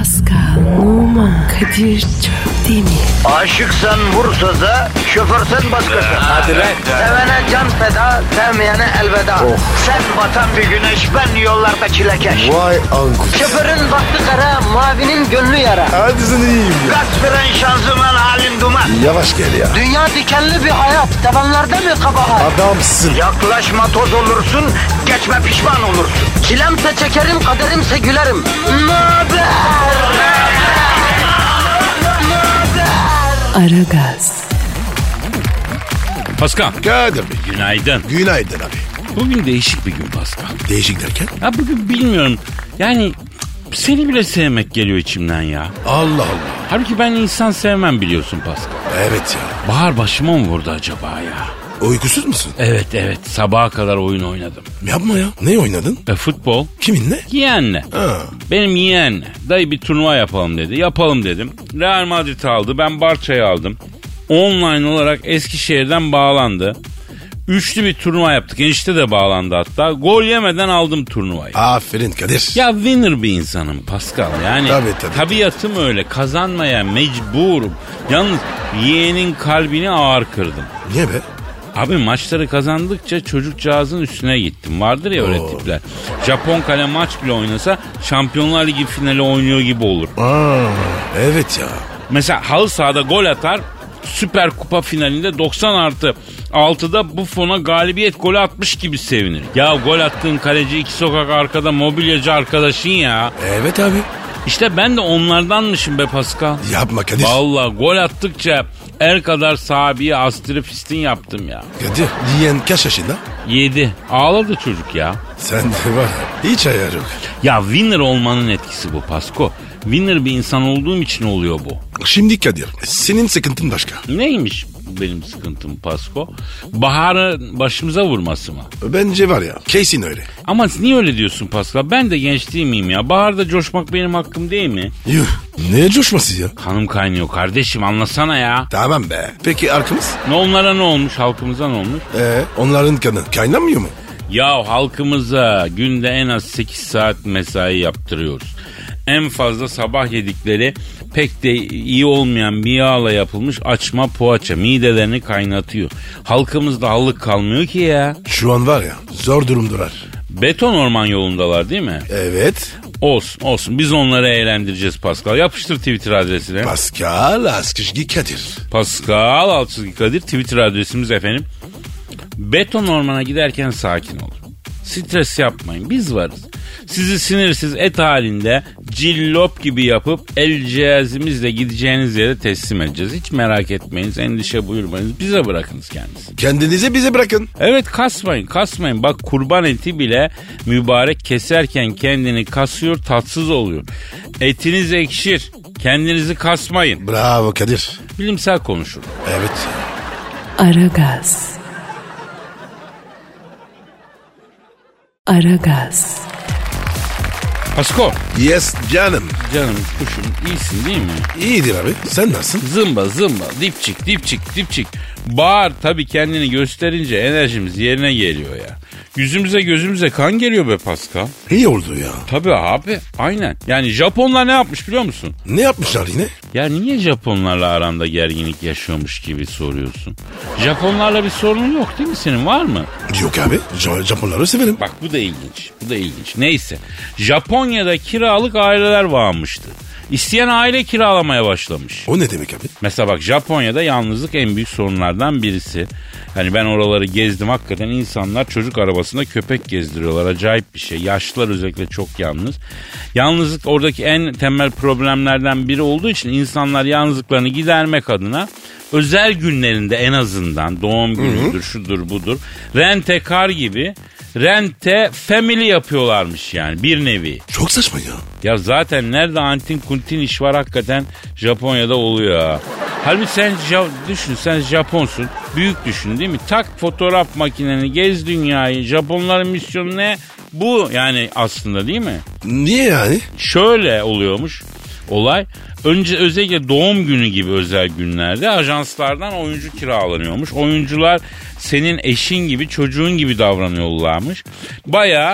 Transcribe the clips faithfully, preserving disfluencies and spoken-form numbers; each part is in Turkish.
Pascal, Oman, Kadir çok değil mi? Aşıksan vursa da, şoförsen başkasın. Hadi lan. Sevene can feda, sevmeyene elveda. Oh. Sen batan bir güneş, ben yollarda çilekeş. Vay anku. Şoförün baktı kara, mavinin gönlü yara. Hadi sen iyiyim ya. Kasperen şanzıman halin duman. Yavaş gel ya. Dünya dikenli bir hayat, sevenlerde mi kabahar? Adamsın. Yaklaşma toz olursun, geçme pişman olursun. Çilemse çekerim, kaderimse gülerim. Möber! Aragaz. Pascal, Kadir Bey. günaydın. Günaydın abi. Bugün değişik bir gün Pascal. Değişik derken? Ya bugün bilmiyorum. Yani seni bile sevmek geliyor içimden ya. Allah Allah. Halbuki ben insan sevmem biliyorsun Pascal. Evet ya. Bahar başıma mı vurdu acaba ya? Uykusuz musun? Evet evet, sabaha kadar oyun oynadım. Yapma ya. Ne oynadın? E, futbol. Kiminle? Yeğenle. Ha. Benim yeğenle. Dayı bir turnuva yapalım dedi. Yapalım dedim. Real Madrid aldı. Ben Barça'yı aldım. Online olarak Eskişehir'den bağlandı. Üçlü bir turnuva yaptık. Enişte de bağlandı hatta. Gol yemeden aldım turnuvayı. Aferin Kadir. Ya winner bir insanım Pascal. Yani Tabii, tabii. tabiatım öyle. Kazanmaya mecburum. Yalnız yeğenin kalbini ağır kırdım. Niye be? Abi maçları kazandıkça çocukcağızın üstüne gittim. Vardır ya öyle Oo. tipler. Japon kale maç bile oynasa Şampiyonlar Ligi finali oynuyor gibi olur. Aa, evet ya. Mesela halı sahada gol atar. Süper Kupa finalinde doksan artı altıda Buffon'a galibiyet golü atmış gibi sevinir. Ya gol attığın kaleci iki sokak arkada mobilyacı arkadaşın ya. Evet abi. İşte ben de onlardanmışım be Pascal. Yapma Kadir. Vallahi gol attıkça el kadar sahibiye astırı fistin yaptım ya. Kadir. Yiyen kaç yaşında? Yedi. Ağladı çocuk ya. Sen de var ya. Hiç ayar yok. Ya winner olmanın etkisi bu Pasko. Winner bir insan olduğum için oluyor bu. Şimdi Kadir. Senin sıkıntın başka. Neymiş benim sıkıntım Pasko? Baharı başımıza vurması mı? Bence var ya. Kesin öyle. Ama niye öyle diyorsun Pascal? Ben de genç değil miyim ya? Baharda coşmak benim hakkım değil mi? Yuh. Ne coşması ya? Kanım kaynıyor kardeşim, anlasana ya. Tamam be. Peki arkamız? Ne onlara ne olmuş? Halkımıza ne olmuş? Ee, onların kanı kaynamıyor mu? Ya halkımıza günde en az sekiz saat mesai yaptırıyoruz. En fazla sabah yedikleri pek de iyi olmayan bir yağla yapılmış açma poğaça midelerini kaynatıyor. Halkımızda hallık kalmıyor ki ya. Şu an var ya zor durumdalar. Beton orman yolundalar değil mi? Evet. Olsun olsun, biz onları eğlendireceğiz Pascal. Yapıştır Twitter adresine. Pascal Askışgi Kadir. Pascal Altçizgi Kadir Twitter adresimiz efendim. Beton ormana giderken sakin olun. Stres yapmayın, biz varız. Sizi sinirsiz et halinde cillop gibi yapıp el cihazımızla gideceğiniz yere teslim edeceğiz. Hiç merak etmeyiniz, endişe buyurmayınız. Bize bırakınız kendinizi. Kendinizi bize bırakın. Evet, kasmayın kasmayın. Bak kurban eti bile mübarek keserken kendini kasıyor, tatsız oluyor. Etiniz ekşir. Kendinizi kasmayın. Bravo Kadir. Bilimsel konuşun. Evet. Aragaz. Aragaz. Pasko. Yes canım. Canım kuşum, iyisin değil mi? İyidir abi. Sen nasılsın? Zımba zımba dipçik dipçik dipçik. Bağır tabii, kendini gösterince enerjimiz yerine geliyor ya. Yüzümüze gözümüze kan geliyor be Pascal. İyi oldu ya. Tabii abi, aynen. Yani Japonlar ne yapmış biliyor musun? Ne yapmışlar yine? Ya niye Japonlarla aranda gerginlik yaşıyormuş gibi soruyorsun? Japonlarla bir sorunun yok değil mi senin, var mı? Yok abi. J- Japonları severim. Bak bu da ilginç. Bu da ilginç. Neyse. Japonya'da kiralık aileler varmıştı. İsteyen aile kiralamaya başlamış. O ne demek abi? Mesela bak, Japonya'da yalnızlık en büyük sorunlardan birisi. Hani ben oraları gezdim, hakikaten insanlar çocuk arabasında köpek gezdiriyorlar. Acayip bir şey. Yaşlılar özellikle çok yalnız. Yalnızlık oradaki en temel problemlerden biri olduğu için insanlar yalnızlıklarını gidermek adına özel günlerinde, en azından doğum günüdür, şudur budur, rent-a-car gibi rente family yapıyorlarmış yani, bir nevi. Çok saçma ya. Ya zaten nerede antin kuntin iş var hakikaten Japonya'da oluyor ha. Halbuki sen ja- düşün, sen Japonsun. Büyük düşün değil mi? Tak fotoğraf makineni, gez dünyayı. Japonların misyonu ne? Bu yani aslında, değil mi? Niye yani? Şöyle oluyormuş olay. Önce özellikle doğum günü gibi özel günlerde ajanslardan oyuncu kiralanıyormuş. Oyuncular senin eşin gibi, çocuğun gibi davranıyorlarmış. Bayağı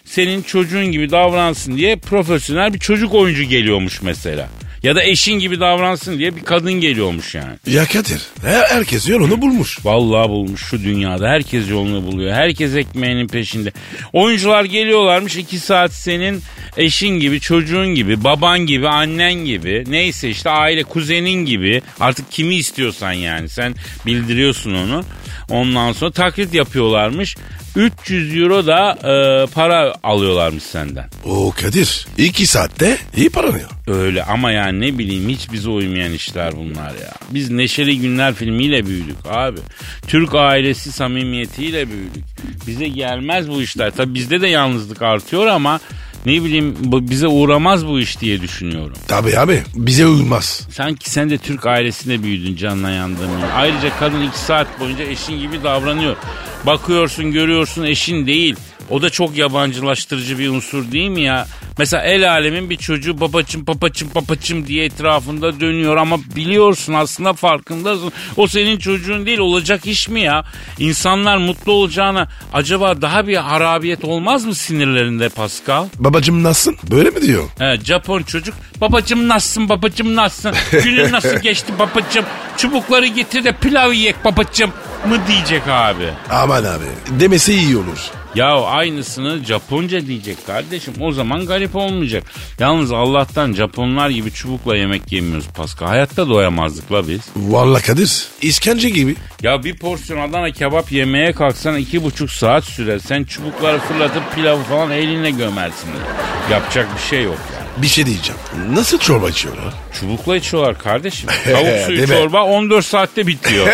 senin çocuğun gibi davransın diye profesyonel bir çocuk oyuncu geliyormuş mesela. Ya da eşin gibi davransın diye bir kadın geliyormuş yani. Ya Kadir, her, herkes yolunu bulmuş. Vallahi bulmuş şu dünyada. Herkes yolunu buluyor. Herkes ekmeğinin peşinde. Oyuncular geliyorlarmış, iki saat senin eşin gibi, çocuğun gibi, baban gibi, annen gibi. Neyse işte aile, kuzenin gibi. Artık kimi istiyorsan yani. Sen bildiriyorsun onu. Ondan sonra taklit yapıyorlarmış. üç yüz euro da e, para alıyorlarmış senden. O Kadir, iki saatte iyi paranıyor. Öyle ama yani ne bileyim hiç bize uymayan işler bunlar ya. Biz Neşeli Günler filmiyle büyüdük abi. Türk ailesi samimiyetiyle büyüdük. Bize gelmez bu işler. Tabii bizde de yalnızlık artıyor ama ne bileyim bize uğramaz bu iş diye düşünüyorum. Tabii abi, bize uymaz. Sanki sen de Türk ailesinde büyüdün canına yandığın. Ayrıca kadın iki saat boyunca eşin gibi davranıyor. Bakıyorsun görüyorsun eşin değil. O da çok yabancılaştırıcı bir unsur değil mi ya? Mesela el alemin bir çocuğu babacım babacım babacım diye etrafında dönüyor ama biliyorsun aslında farkındasın. O senin çocuğun değil, olacak iş mi ya? İnsanlar mutlu olacağına acaba daha bir harabiyet olmaz mı sinirlerinde Pascal? Babacım nasılsın? Böyle mi diyor? He, Japon çocuk babacım nasılsın babacım nasılsın? Günün nasıl geçti babacım? Çubukları getir de pilav yiyek babacım mı diyecek abi? Aman abi, demesi iyi olur. Ya aynısını Japonca diyecek kardeşim. O zaman garip olmayacak. Yalnız Allah'tan Japonlar gibi çubukla yemek yemiyoruz Pascal. Hayatta doyamazdık la biz. Vallahi Kadir, işkence gibi. Ya bir porsiyon Adana kebap yemeye kalksan iki buçuk saat sürer. Sen çubukları fırlatıp pilavı falan elinle gömersin. Yapacak bir şey yok yani. Bir şey diyeceğim. Nasıl çorba içiyorlar? Çubukla içiyorlar kardeşim. Tavuk suyu Değil mi? çorba on dört saatte bitiyor.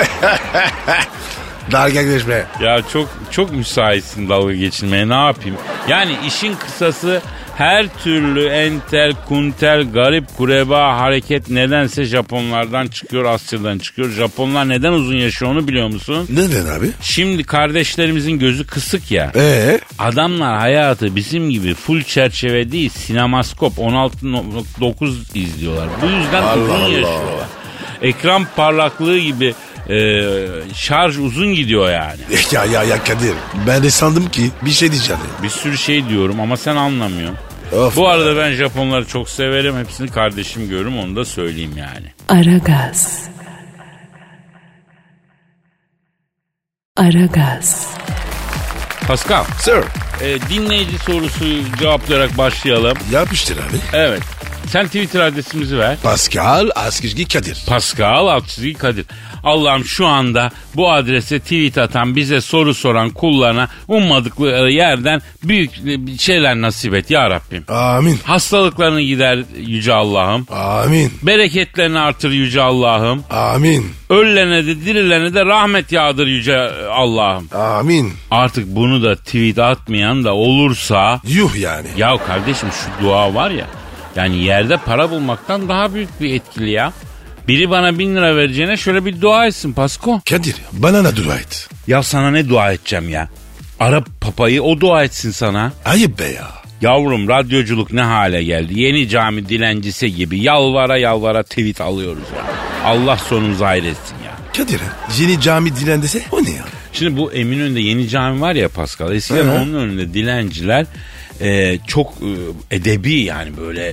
Dalga geçme. Ya çok çok müsaitsin dalga geçilmeye, ne yapayım? Yani işin kısası her türlü entel, kuntel, garip, kureba hareket nedense Japonlardan çıkıyor, Asya'dan çıkıyor. Japonlar neden uzun yaşıyor onu biliyor musun? Neden abi? Şimdi kardeşlerimizin gözü kısık ya. Ee? Adamlar hayatı bizim gibi full çerçeve değil, sinemaskop on altı nokta dokuz izliyorlar. Bu yüzden Allah uzun Allah. yaşıyorlar. Ekran parlaklığı gibi e, şarj uzun gidiyor yani. Ya ya ya Kadir, ben de sandım ki bir şey diyeceğim. Bir sürü şey diyorum ama sen anlamıyorsun. Of Bu be. arada ben Japonları çok severim. Hepsini kardeşim görürüm, onu da söyleyeyim yani. Aragaz. Aragaz. Pascal, Sir. e, dinleyici sorusu cevaplayarak başlayalım. Yapıştır abi. Evet. Sen Twitter adresimizi ver. Pascal Askizgi Kadir. Pascal Altçizgi Kadir. Allah'ım şu anda bu adrese tweet atan, bize soru soran kullarına ummadıkları yerden büyük şeyler nasip et ya Rabbim. Amin. Hastalıklarını gider Yüce Allah'ım. Amin. Bereketlerini artır Yüce Allah'ım. Amin. Ölülene de dirilene de rahmet yağdır Yüce Allah'ım. Amin. Artık bunu da tweet atmayan da olursa... Yuh yani. Ya kardeşim şu dua var ya... Yani yerde para bulmaktan daha büyük bir etkili ya. Biri bana bin lira vereceğine şöyle bir dua etsin Pasko. Kadir, bana ne dua et? Ya sana ne dua edeceğim ya? Ara papayı, o dua etsin sana. Ayıp be ya. Yavrum radyoculuk ne hale geldi? Yeni cami dilencisi gibi yalvara yalvara tweet alıyoruz ya. Allah sonumuzu hayretsin ya. Kadir, yeni cami dilendese o ne ya? Şimdi bu Eminönü'nde yeni cami var ya Pascal. Eskiden Hı-hı. onun önünde dilenciler e, çok e, edebi yani böyle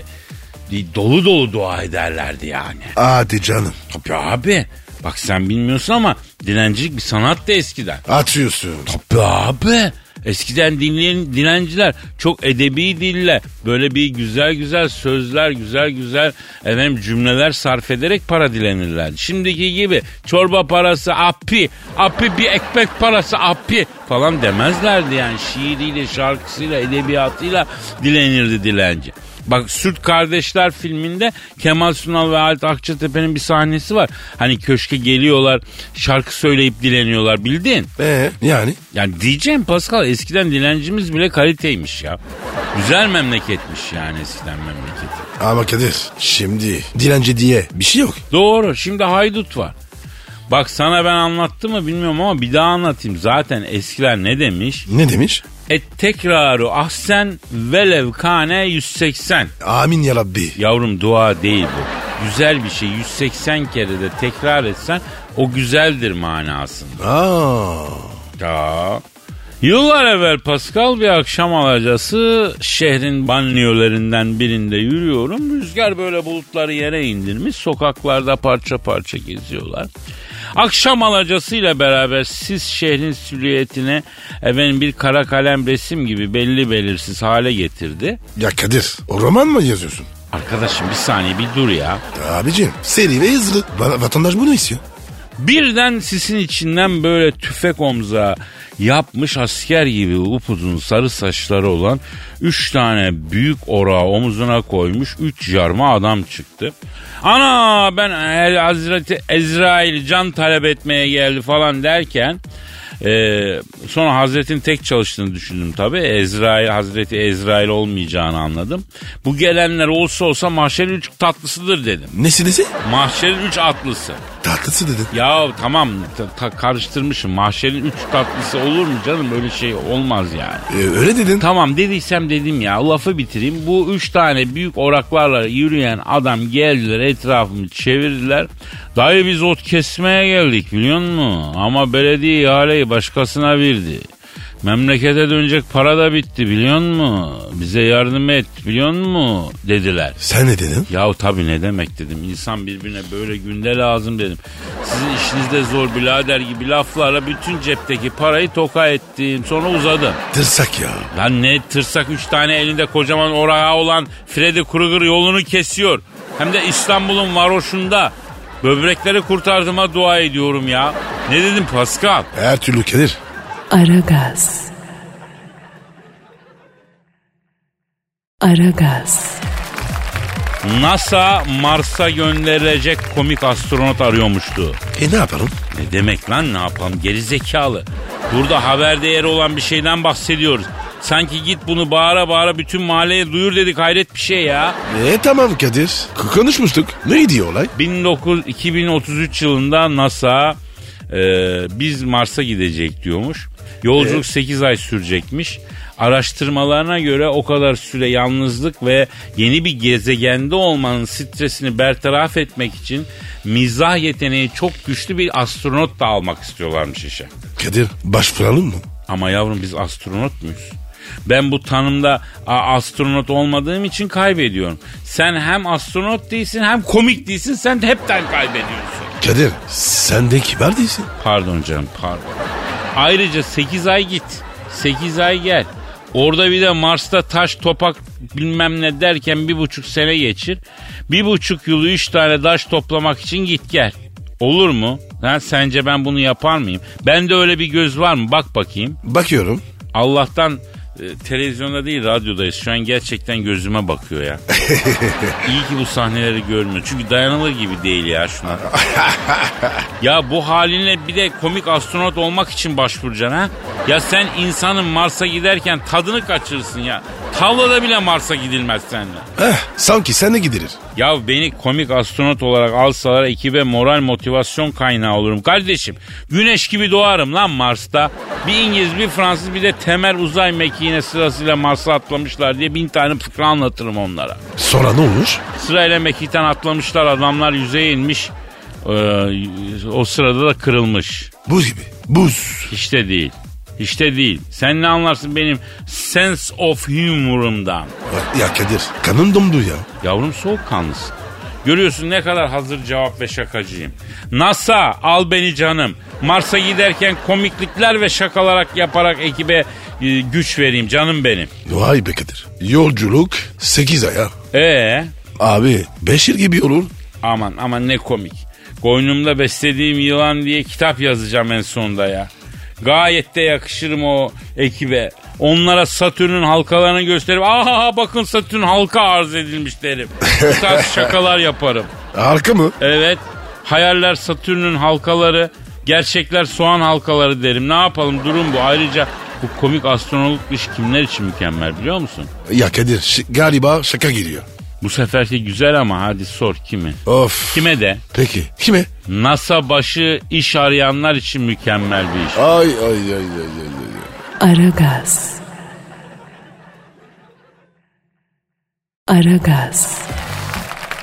dolu dolu dua ederlerdi yani. Hadi canım. Tabii abi. Bak sen bilmiyorsun ama dilencilik bir sanattı eskiden. Atıyorsun. Tabii abi. Eskiden dinleyen dilenciler çok edebi dille böyle bir güzel güzel sözler, güzel güzel efendim cümleler sarf ederek para dilenirlerdi. Şimdiki gibi çorba parası appi, appi bir ekmek parası appi falan demezlerdi yani. Şiiriyle, şarkısıyla, edebiyatıyla dilenirdi dilenci. Bak Süt Kardeşler filminde Kemal Sunal ve Halit Akçatepe'nin bir sahnesi var. Hani köşke geliyorlar, şarkı söyleyip dileniyorlar, bildin? Ee yani? Yani diyeceğim Pascal, eskiden dilencimiz bile kaliteymiş ya. Güzel memleketmiş yani eskiden memleketi. Ama Kadir, şimdi dilenci diye bir şey yok. Doğru, şimdi haydut var. Bak sana ben anlattım mı bilmiyorum ama bir daha anlatayım. Zaten eskiler ne demiş? Ne demiş? Et tekraru ahsen velev kane yüz seksen. Amin ya Rabbi. Yavrum dua değil bu. Güzel bir şey yüz seksen kere de tekrar etsen o güzeldir manasında. Aa. Ya. Yıllar evvel Pascal bir akşam alacası şehrin banliyölerinden birinde yürüyorum. Rüzgar böyle bulutları yere indirmiş. Sokaklarda parça parça geziyorlar. Akşam alacasıyla beraber sis şehrin silüetine efendim bir kara kalem resim gibi belli belirsiz hale getirdi. Ya Kadir, o roman mı yazıyorsun? Arkadaşım bir saniye bir dur ya. Abicim seri ve hızlı. Va- vatandaş bunu istiyor. Birden sisin içinden böyle tüfek omza yapmış asker gibi upuzun sarı saçları olan üç tane büyük orağı omuzuna koymuş üç yarma adam çıktı. Ana ben El Hazreti Ezrail can talep etmeye geldi falan derken e, sonra Hazret'in tek çalıştığını düşündüm tabii. Ezrail, Hazreti Ezrail olmayacağını anladım. Bu gelenler olsa olsa mahşerin üç tatlısıdır dedim. Nesi nesi? Mahşerin üç atlısı. Tatlısı dedin. Ya tamam ta- ta- karıştırmışım. Mahşerin üç tatlısı olur mu canım? Öyle şey olmaz yani. Ee, öyle dedin. Tamam dediysem dedim ya, lafı bitireyim. Bu üç tane büyük oraklarla yürüyen adam geldiler, etrafımı çevirdiler. Dayı biz ot kesmeye geldik biliyor musun? Ama belediye ihaleyi başkasına verdi. Memlekete dönecek para da bitti biliyor musun? Bize yardım et biliyor musun? Dediler. Sen ne dedin? Yahu tabii ne demek dedim. İnsan birbirine böyle günde lazım dedim. Sizin işinizde zor birader gibi laflarla bütün cepteki parayı toka ettim. Sonra uzadım. Tırsak ya. Lan ne tırsak, üç tane elinde kocaman orağı olan Freddy Krueger yolunu kesiyor. Hem de İstanbul'un varoşunda. Böbrekleri kurtardığıma dua ediyorum ya. Ne dedim Pascal? Her türlü Kadir. Aragaz. Aragaz. NASA Mars'a gönderilecek komik astronot arıyormuştu. E ne yapalım? Ne demek lan ne yapalım, geri zekalı. Burada haber değeri olan bir şeyden bahsediyoruz. Sanki git bunu bağıra bağıra bütün mahalleye duyur dedik, hayret bir şey ya. E tamam Kadir. K- konuşmuştuk. Neydi olay? iki bin otuz üç yılında NASA e, biz Mars'a gidecek diyormuş. Yolculuk e? sekiz ay sürecekmiş. Araştırmalarına göre o kadar süre yalnızlık ve yeni bir gezegende olmanın stresini bertaraf etmek için mizah yeteneği çok güçlü bir astronot da almak istiyorlarmış işe. Kadir başvuralım mı? Ama yavrum biz astronot muyuz? Ben bu tanımda a, astronot olmadığım için kaybediyorum. Sen hem astronot değilsin hem komik değilsin, sen de hepten kaybediyorsun. Kadir sen de kibar değilsin. Pardon canım pardon. Ayrıca sekiz ay git, sekiz ay gel. Orada bir de Mars'ta taş topak bilmem ne derken bir buçuk sene geçir. Bir buçuk yılı üç tane taş toplamak için git gel. Olur mu? Ha, sence ben bunu yapar mıyım? Bende öyle bir göz var mı? Bak bakayım. Bakıyorum. Allah'tan e, televizyonda değil radyodayız. Şu an gerçekten gözüme bakıyor ya. İyi ki bu sahneleri görmüyor. Çünkü dayanılır gibi değil ya şuna. Ya bu halinle bir de komik astronot olmak için başvuracaksın ha? Ya sen insanın Mars'a giderken tadını kaçırırsın ya. Tavlada bile Mars'a gidilmez seninle. Eh, sanki sen de gidilir. Ya beni komik astronot olarak alsalar ekibe moral motivasyon kaynağı olurum. Kardeşim güneş gibi doğarım lan Mars'ta. Bir İngiliz bir Fransız bir de temel uzay mekiğine sırasıyla Mars'a atlamışlar diye bin tane fıkra anlatırım onlara. Sonra ne olmuş? Sırayla mekikten atlamışlar, adamlar yüzeye inmiş. Ee, o sırada da kırılmış. Buz gibi. Buz. Hiç de değil. Hiç de değil. Sen ne anlarsın benim sense of humor'ımdan? Ya Kadir kanın dondu ya. Yavrum soğukkanlısın. Görüyorsun ne kadar hazır cevap ve şakacıyım. NASA al beni canım. Mars'a giderken komiklikler ve şakalar yaparak ekibe e, güç vereyim canım benim. Vay be Kadir. Yolculuk sekiz aya. Ee, Abi beş yıl gibi olur. aman aman ne komik. Koynumda beslediğim yılan diye kitap yazacağım en sonunda ya. Gayet de yakışırım o ekibe. Onlara Satürn'ün halkalarını gösterip aha bakın Satürn halka arz edilmiş derim. Bu tarz şakalar yaparım. Harika mı? Evet. Hayaller Satürn'ün halkaları, gerçekler soğan halkaları derim. Ne yapalım, durum bu. Ayrıca bu komik astronomik iş kimler için mükemmel biliyor musun? Ya Kadir ş- galiba şaka giriyor. Bu seferki güzel ama hadi sor kimi? Of. Kime de? Peki kime? NASA başı iş arayanlar için mükemmel bir iş. Ay ay ay ay ay ay. Aragaz. Aragaz.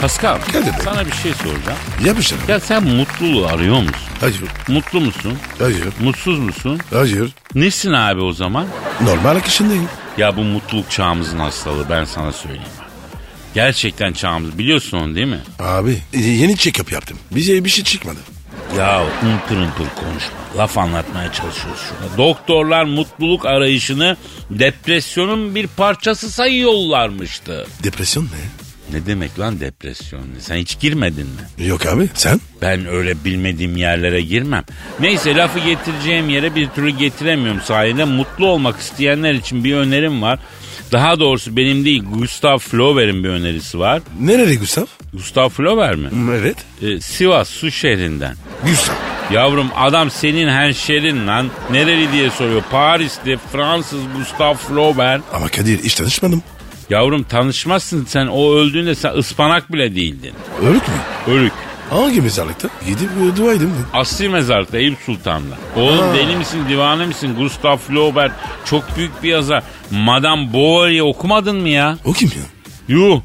Pascal, Kadir Bey. sana bir şey soracağım. Yapıştır. Ya sen mutluluğu arıyor musun? Hayır. Mutlu musun? Hayır. Mutsuz musun? Hayır. Nesin abi o zaman? Normal akışındayım. Ya bu mutluluk çağımızın hastalığı, ben sana söyleyeyim. Gerçekten çağımız, biliyorsun onu değil mi? Abi yeni check-up yaptım. Bize bir şey çıkmadı. Ya ımpır ımpır konuşma. Laf anlatmaya çalışıyoruz şurada. Doktorlar mutluluk arayışını depresyonun bir parçası sayıyorlarmıştı. Depresyon ne? Ne demek lan depresyon? Sen hiç girmedin mi? Yok abi sen? Ben öyle bilmediğim yerlere girmem. Neyse, lafı getireceğim yere bir türlü getiremiyorum sayede. Mutlu olmak isteyenler için bir önerim var. Daha doğrusu benim değil, Gustav Flaubert'in bir önerisi var. Nerede Gustav? Gustav Flaubert mi? Evet. Ee, Sivas Su şehrinden. Gustav. Yavrum adam senin hemşerin lan. Nereli diye soruyor. Parisli Fransız Gustav Flaubert. Ama Kadir hiç tanışmadım. Yavrum tanışmazsın sen. O öldüğünde sen ıspanak bile değildin. Ölük mü? Ölük. Hangi mezarlıkta? Gidip e, dua edin. Asli mezarlıkta Eyüp Sultan'da. Oğlum Ha. deli misin, divane misin? Gustav Flaubert çok büyük bir yazar. Madame Bovary'i okumadın mı ya? O kim ya? Yuh.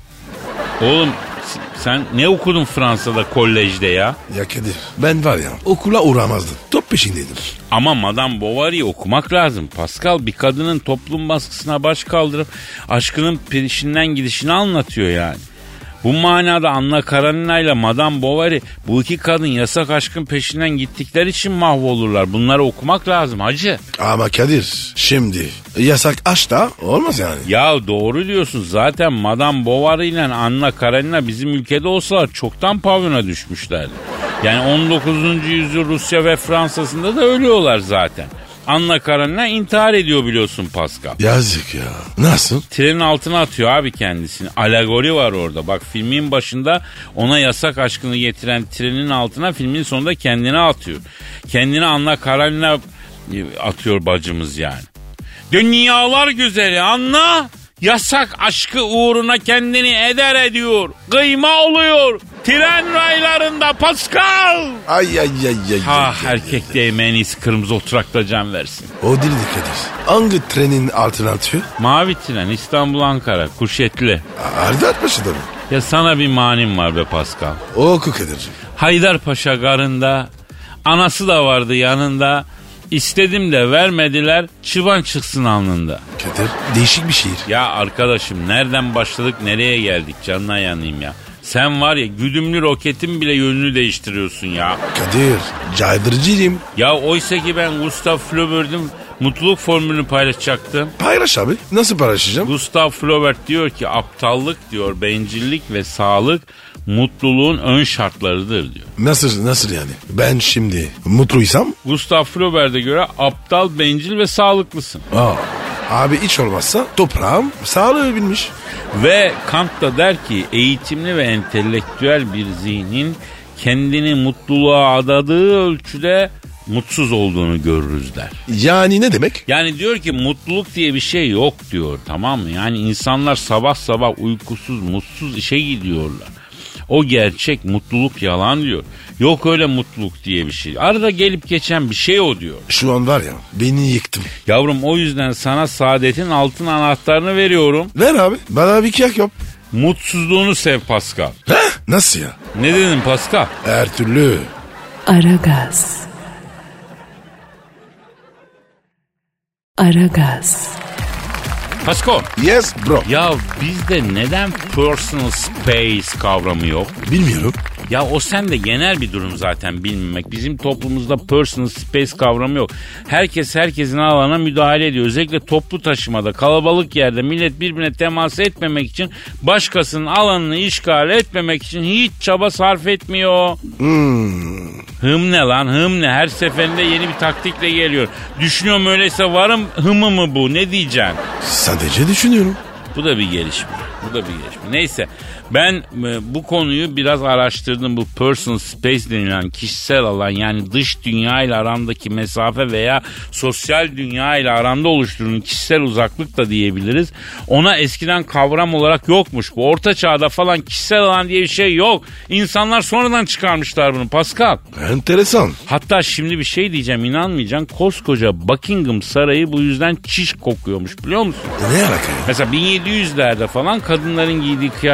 Oğlum sen ne okudun Fransa'da kolejde ya? Ya Kadir ben var ya okula uğramazdım. Top peşindeydim. Ama Madame Bovary'i okumak lazım. Pascal, bir kadının toplum baskısına baş kaldırıp aşkının peşinden gidişini anlatıyor yani. Bu manada Anna Karenina ile Madame Bovary, bu iki kadın yasak aşkın peşinden gittikleri için mahvolurlar. Bunları okumak lazım hacı. Ama Kadir şimdi yasak aşk da olmaz yani. Ya doğru diyorsun. Zaten Madame Bovary ile Anna Karenina bizim ülkede olsalar çoktan pavyona düşmüşlerdi. Yani on dokuzuncu yüzyıl Rusya ve Fransa'sında da ölüyorlar zaten. Anna Karenina intihar ediyor biliyorsun Pascal. Yazık ya. Nasıl? Trenin altına atıyor abi kendisini. Alegori var orada. Bak filmin başında ona yasak aşkını getiren trenin altına, filmin sonunda kendini atıyor. Kendini Anna Karenina atıyor bacımız yani. Dünyalar güzeli Anna yasak aşkı uğruna kendini eder ediyor. Kıyma oluyor. Tren raylarında Pascal. Ay ay ay ay. Ha ay, erkek değmeğiniz kırmızı oturakta can versin. O değil Kadir. Hangi trenin altına atıyor? Mavi tren İstanbul Ankara kuşetli. Haydarpaşa'da mı? Ya sana bir manim var be Pascal. Oku Kadir'cim. Haydarpaşa garında anası da vardı yanında. İstedim de vermediler, çıban çıksın alnında. Kadir değişik bir şiir. Ya arkadaşım nereden başladık nereye geldik, canına yanayım ya. Sen var ya güdümlü roketin bile yönünü değiştiriyorsun ya. Kadir caydırıcıyım. Ya oysa ki ben Gustav Flaubert'in mutluluk formülünü paylaşacaktım. Paylaş abi. Nasıl paylaşacağım? Gustav Flaubert diyor ki aptallık diyor, bencillik ve sağlık mutluluğun ön şartlarıdır diyor. Nasıl nasıl yani? Ben şimdi mutluysam? Gustav Flaubert'e göre aptal, bencil ve sağlıklısın. Aa, abi hiç olmazsa toprağım sağlığı bilmiş. Ve Kant da der ki eğitimli ve entelektüel bir zihnin kendini mutluluğa adadığı ölçüde mutsuz olduğunu görürüz der. Yani ne demek? Yani diyor ki mutluluk diye bir şey yok diyor, tamam mı? Yani insanlar sabah sabah uykusuz, mutsuz işe gidiyorlar. O gerçek, mutluluk yalan diyor. Yok öyle mutluluk diye bir şey. Arada gelip geçen bir şey o diyor. Şu an var ya beni yıktım. Yavrum o yüzden sana saadetin altın anahtarını veriyorum. Ver abi bana bir kıyak yap. Mutsuzluğunu sev Pascal. Heh, nasıl ya? Ne dedin Pascal? Her türlü. Aragaz. Aragaz. Pascal. Yes bro. Ya bizde neden personal space kavramı yok? Bilmiyorum. Ya o sende genel bir durum zaten bilmemek. Bizim toplumumuzda personal space kavramı yok. Herkes herkesin alana müdahale ediyor. Özellikle toplu taşımada, kalabalık yerde millet birbirine temas etmemek için, başkasının alanını işgal etmemek için hiç çaba sarf etmiyor. Hmm. Hım ne lan, hım ne? Her seferinde yeni bir taktikle geliyor. Düşünüyorum öyleyse varım hımı mı bu? Ne diyeceksin? Sadece düşünüyorum. Bu da bir gelişme. Bu da bir gelişme. Neyse ben e, bu konuyu biraz araştırdım. Bu personal space denilen kişisel alan, yani dış dünya ile arandaki mesafe veya sosyal dünya ile aranda oluşturulan kişisel uzaklık da diyebiliriz. Ona eskiden kavram olarak yokmuş. Bu orta çağda falan kişisel alan diye bir şey yok. İnsanlar sonradan çıkarmışlar bunu Pascal. Enteresan. Hatta şimdi bir şey diyeceğim, inanmayacaksın. Koskoca Buckingham Sarayı bu yüzden çiş kokuyormuş, biliyor musun? Ne alaka ya? Mesela bin yedi yüzlerde falan kadınların giydiği kıyafetler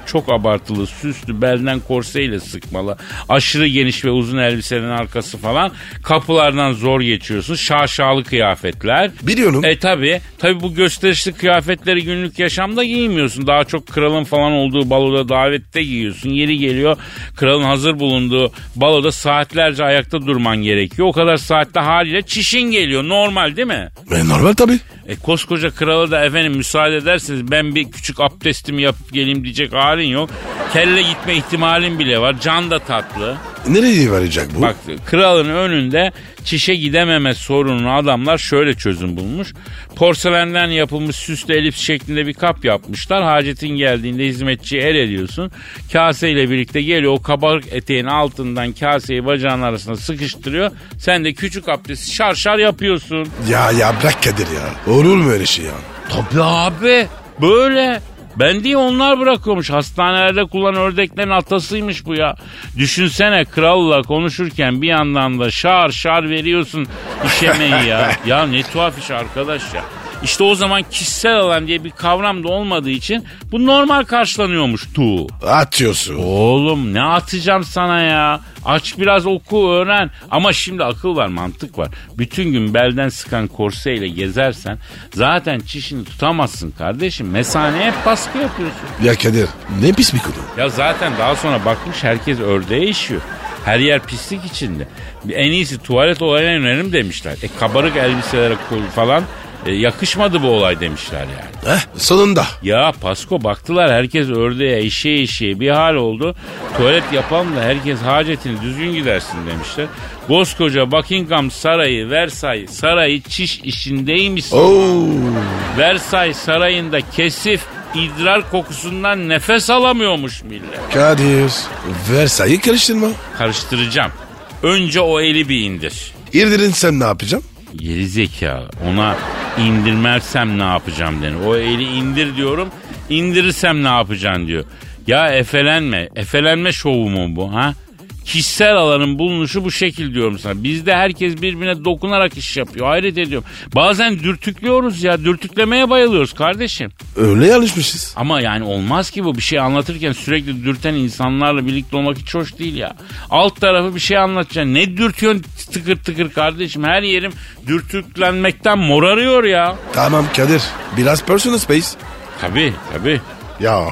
saçlar çok abartılı, süslü, belden korseyle sıkmalı. Aşırı geniş ve uzun elbiselerin arkası falan. Kapılardan zor geçiyorsun. Şaşalı kıyafetler. Biliyorum. E tabi. Tabi bu gösterişli kıyafetleri günlük yaşamda giymiyorsun. Daha çok kralın falan olduğu baloda, davette giyiyorsun. Yeri geliyor kralın hazır bulunduğu baloda saatlerce ayakta durman gerekiyor. O kadar saatte haliyle çişin geliyor. Normal değil mi? E, normal tabii. E koskoca kralı da efendim müsaade ederseniz ben bir küçük abdestimi yapıp geleyim diyecek halin yok. Kelle gitme ihtimalin bile var. Can da tatlı. Nereye varacak bu? Bak kralın önünde çişe gidememe sorununu adamlar şöyle çözüm bulmuş. Porselenden yapılmış süslü elips şeklinde bir kap yapmışlar. Hacetin geldiğinde hizmetçiye el ediyorsun. Kaseyle birlikte geliyor o kabarık eteğin altından kaseyi bacağın arasına sıkıştırıyor. Sen de küçük abdesti şar şar yapıyorsun. Ya ya bırak Kadir ya. Olur mu öyle şey ya? Tabii abi böyle. Ben değil onlar bırakıyormuş. Hastanelerde kullanılan ördeklerin atasıymış bu ya. Düşünsene kralla konuşurken bir yandan da şar şar veriyorsun işemeyi ya. Ya ne tuhaf iş arkadaş ya. İşte o zaman kişisel alan diye bir kavram da olmadığı için bu normal karşılanıyormuş tu. Atıyorsun. Oğlum ne atacağım sana ya? Aç biraz oku öğren. Ama şimdi akıl var mantık var. Bütün gün belden sıkan korseyle gezersen zaten çişini tutamazsın kardeşim. Mesaneye hep baskı yapıyorsun. Ya Kadir ne pis bir konu. Ya zaten daha sonra bakmış herkes ördeğe işiyor. Her yer pislik içinde. En iyisi tuvalet olayına yönelim demişler. E kabarık elbiselere falan e, yakışmadı bu olay demişler yani. Heh, sonunda. Ya Pasko baktılar herkes ördeğe eşeğe eşeğe bir hal oldu. Tuvalet yapalım da herkes hacetini düzgün gidersin demişler. Koskoca Buckingham Sarayı, Versailles Sarayı çiş işindeymiş. Oo. Versailles Sarayı'nda kesif idrar kokusundan nefes alamıyormuş millet. Kadir Versailles'i karıştırma. Karıştıracağım. Önce o eli bir indir. İrdirinsem ne yapacağım? Geri zekalı. Ona indirmezsem ne yapacağım denir. O eli indir diyorum. İndirirsem ne yapacaksın diyor. Ya efelenme. Efelenme şovu mu bu ha? Kişisel alanın bulunuşu bu şekil diyorum sana. Bizde herkes birbirine dokunarak iş yapıyor. Hayret ediyorum. Bazen dürtüklüyoruz ya. Dürtüklemeye bayılıyoruz kardeşim. Öyle yanlışmışız. Ama yani olmaz ki bu. Bir şey anlatırken sürekli dürten insanlarla birlikte olmak hiç hoş değil ya. Alt tarafı bir şey anlatacaksın. Ne dürtüyorsun tıkır tıkır kardeşim? Her yerim dürtüklenmekten morarıyor ya. Tamam Kadir. Biraz personal space. Tabii tabii. Ya.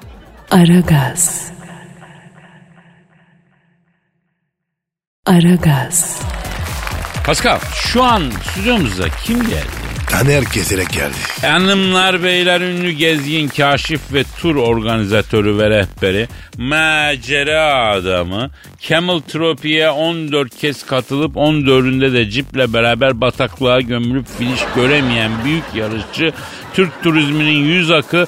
Aragaz. Aragaz. Pascal şu an stüdyomuza kim geldi? Taner gezerek geldi. Hanımlar beyler ünlü gezgin, kaşif ve tur organizatörü ve rehberi, macera adamı, Camel Trophy'ye on dört kez katılıp on dördünde de ciple beraber bataklığa gömülüp finish göremeyen büyük yarışçı, Türk turizminin yüz akı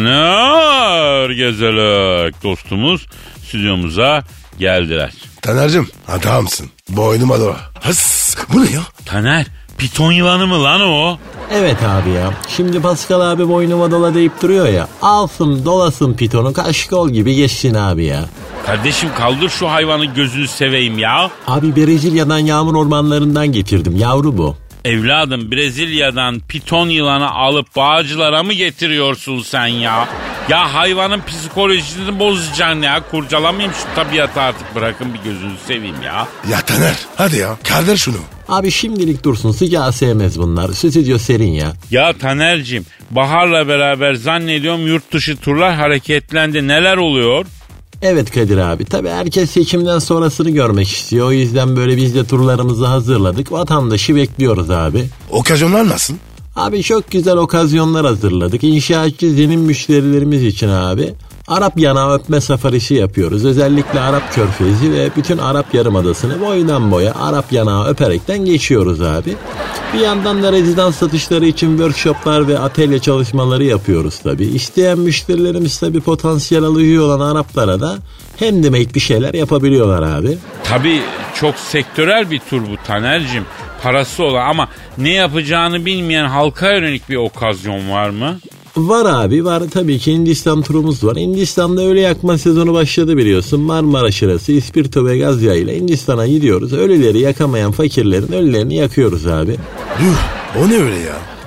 Taner Gezelek dostumuz stüdyomuza geldiler. Taner'cim adamsın. Boynuma dola. Hıs, bu ne ya? Taner, piton yılanı mı lan o? Evet abi ya. Şimdi Pascal abi boynuma dola deyip duruyor ya. Alsın dolasın pitonu kaşkol gibi geçsin abi ya. Kardeşim kaldır şu hayvanı gözünü seveyim ya. Abi Brezilya'dan yağmur ormanlarından getirdim yavru bu. Evladım Brezilya'dan piton yılanı alıp bağcılara mı getiriyorsun sen ya? Ya hayvanın psikolojisini bozacaksın ya. Kurcalamayayım şu tabiatı artık, bırakın bir gözünü seveyim ya. Ya Taner hadi ya kaldır şunu. Abi şimdilik dursun, sıcağı sevmez bunlar. Stüdyo serin ya. Ya Taner'cim baharla beraber zannediyorum yurt dışı turlar hareketlendi. Neler oluyor? Evet Kadir abi. Tabii herkes seçimden sonrasını görmek istiyor. O yüzden böyle biz de turlarımızı hazırladık. Vatandaşı bekliyoruz abi. Okazyonlar nasıl? Abi çok güzel okazyonlar hazırladık. İnşaatçı zemin müşterilerimiz için abi. Arap yanağı öpme safarisi yapıyoruz. Özellikle Arap Körfezi ve bütün Arap Yarımadası'nı boydan boya Arap yanağı öperekten geçiyoruz abi. Bir yandan da rezidans satışları için workshoplar ve atölye çalışmaları yapıyoruz tabii. İsteyen müşterilerimiz tabii potansiyel alıcı olan Araplara da hem demek bir şeyler yapabiliyorlar abi. Tabii çok sektörel bir tur bu Taner'cim. Parası olan ama ne yapacağını bilmeyen halka yönelik bir okazyon var mı? Var abi var, tabii ki Hindistan turumuz var. Hindistan'da öğle yakma sezonu başladı biliyorsun. Marmara Şırası, İspirto ve gaz yağıyla Hindistan'a gidiyoruz. Ölüleri yakamayan fakirlerin ölülerini yakıyoruz abi. Yuh, o ne öyle ya?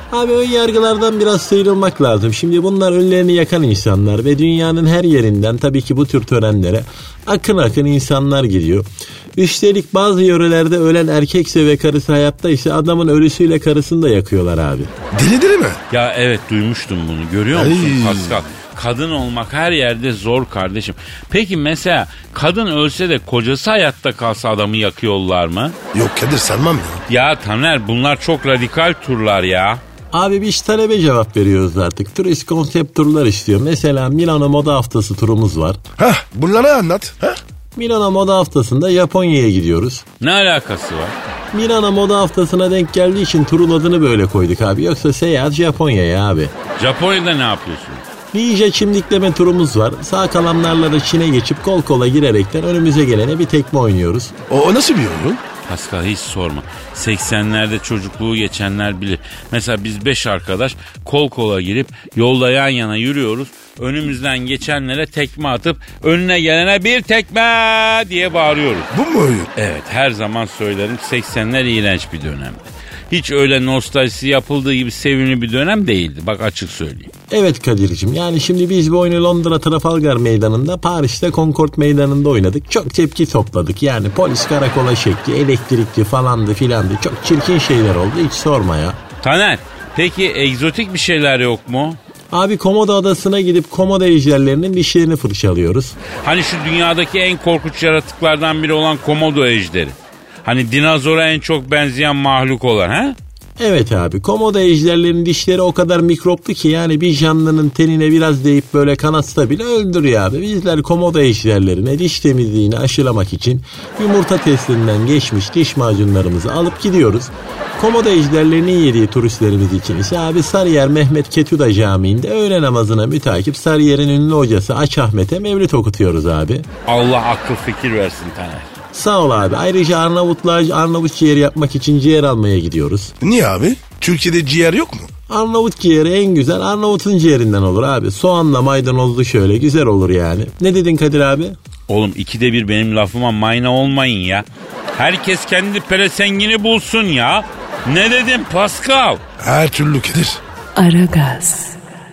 Abi ön yargılardan biraz sıyrılmak lazım. Şimdi bunlar önlerini yakan insanlar ve dünyanın her yerinden tabii ki bu tür törenlere akın akın insanlar gidiyor. Üstelik bazı yörelerde ölen erkekse ve karısı hayatta ise adamın ölüsüyle karısını da yakıyorlar abi. Deli deli mi? Ya evet duymuştum bunu. Görüyor musun Ay. Pascal? Kadın olmak her yerde zor kardeşim. Peki mesela kadın ölse de kocası hayatta kalsa adamı yakıyorlar mı? Yok Kadir sanmam ya. Ya Taner bunlar çok radikal turlar ya. Abi biz talebe cevap veriyoruz artık. Turist konsept turlar istiyor. Mesela Milano Moda Haftası turumuz var. Hah bunları anlat. Hah. Milano Moda Haftası'nda Japonya'ya gidiyoruz. Ne alakası var? Milano Moda Haftası'na denk geldiği için turun adını böyle koyduk abi. Yoksa seyahat Japonya'ya abi. Japonya'da ne yapıyorsunuz? Ninja çimdikleme turumuz var. Sağ kalanlarla da Çin'e geçip kol kola girerekten önümüze gelene bir tekme oynuyoruz. O, o nasıl bir oyun? Pascal hiç sorma. seksenlerde çocukluğu geçenler bilir. Mesela biz beş arkadaş kol kola girip yolda yan yana yürüyoruz. Önümüzden geçenlere tekme atıp önüne gelene bir tekme diye bağırıyoruz. Bu mu oyun? Evet her zaman söylerim seksenler iğrenç bir dönemdi. Hiç öyle nostaljisi yapıldığı gibi sevimli bir dönem değildi. Bak açık söyleyeyim. Evet Kadir'cim yani şimdi biz bu oyunu Londra Trafalgar Meydanı'nda, Paris'te Concord Meydanı'nda oynadık. Çok tepki topladık yani polis karakola çekti, elektrikli falandı filandı. Çok çirkin şeyler oldu hiç sorma ya. Taner peki egzotik bir şeyler yok mu? Abi Komodo Adası'na gidip komodo ejderlerinin dişlerini fırçalıyoruz. Hani şu dünyadaki en korkunç yaratıklardan biri olan komodo ejderi. Hani dinozora en çok benzeyen mahluk olan ha? Evet abi komodo ejderlerinin dişleri o kadar mikroplu ki yani bir canlının tenine biraz değip böyle kanatsa bile öldürüyor abi. Bizler komodo ejderlerine diş temizliğini aşılamak için yumurta testinden geçmiş diş macunlarımızı alıp gidiyoruz. Komodo ejderlerinin yediği turistlerimiz için ise abi Sarıyer Mehmet Ketuda Camii'nde öğle namazına mütakip Sarıyer'in ünlü hocası Aç Ahmet'e mevlid okutuyoruz abi. Allah akıl fikir versin Taner. Sağ ol abi. Ayrıca Arnavutluğa Arnavut ciğeri yapmak için ciğer almaya gidiyoruz. Niye abi? Türkiye'de ciğer yok mu? Arnavut ciğeri en güzel Arnavut'un ciğerinden olur abi. Soğanla maydanozlu şöyle güzel olur yani. Ne dedin Kadir abi? Oğlum ikide bir benim lafıma mayna olmayın ya. Herkes kendi pelesengini bulsun ya. Ne dedim Pascal? Her türlü Kadir. Aragaz.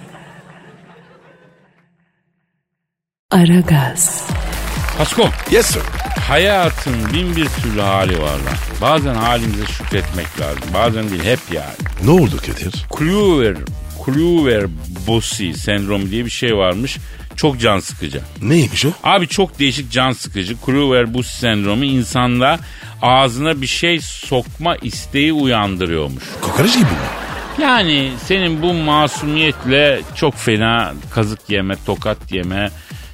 Aragaz. Pasko. Yes sir. Hayatın bin bir türlü hali var lan. Bazen halimize şükretmek lazım. Bazen değil hep yani. Ne oldu Kadir? Kluwer, Kluwer Bucy sendromu diye bir şey varmış. Çok can sıkıcı. Neymiş o? Abi çok değişik can sıkıcı. Kluwer Bucy sendromu insanda ağzına bir şey sokma isteği uyandırıyormuş. Kokoreç gibi mi? Yani senin bu masumiyetle çok fena kazık yeme, tokat yeme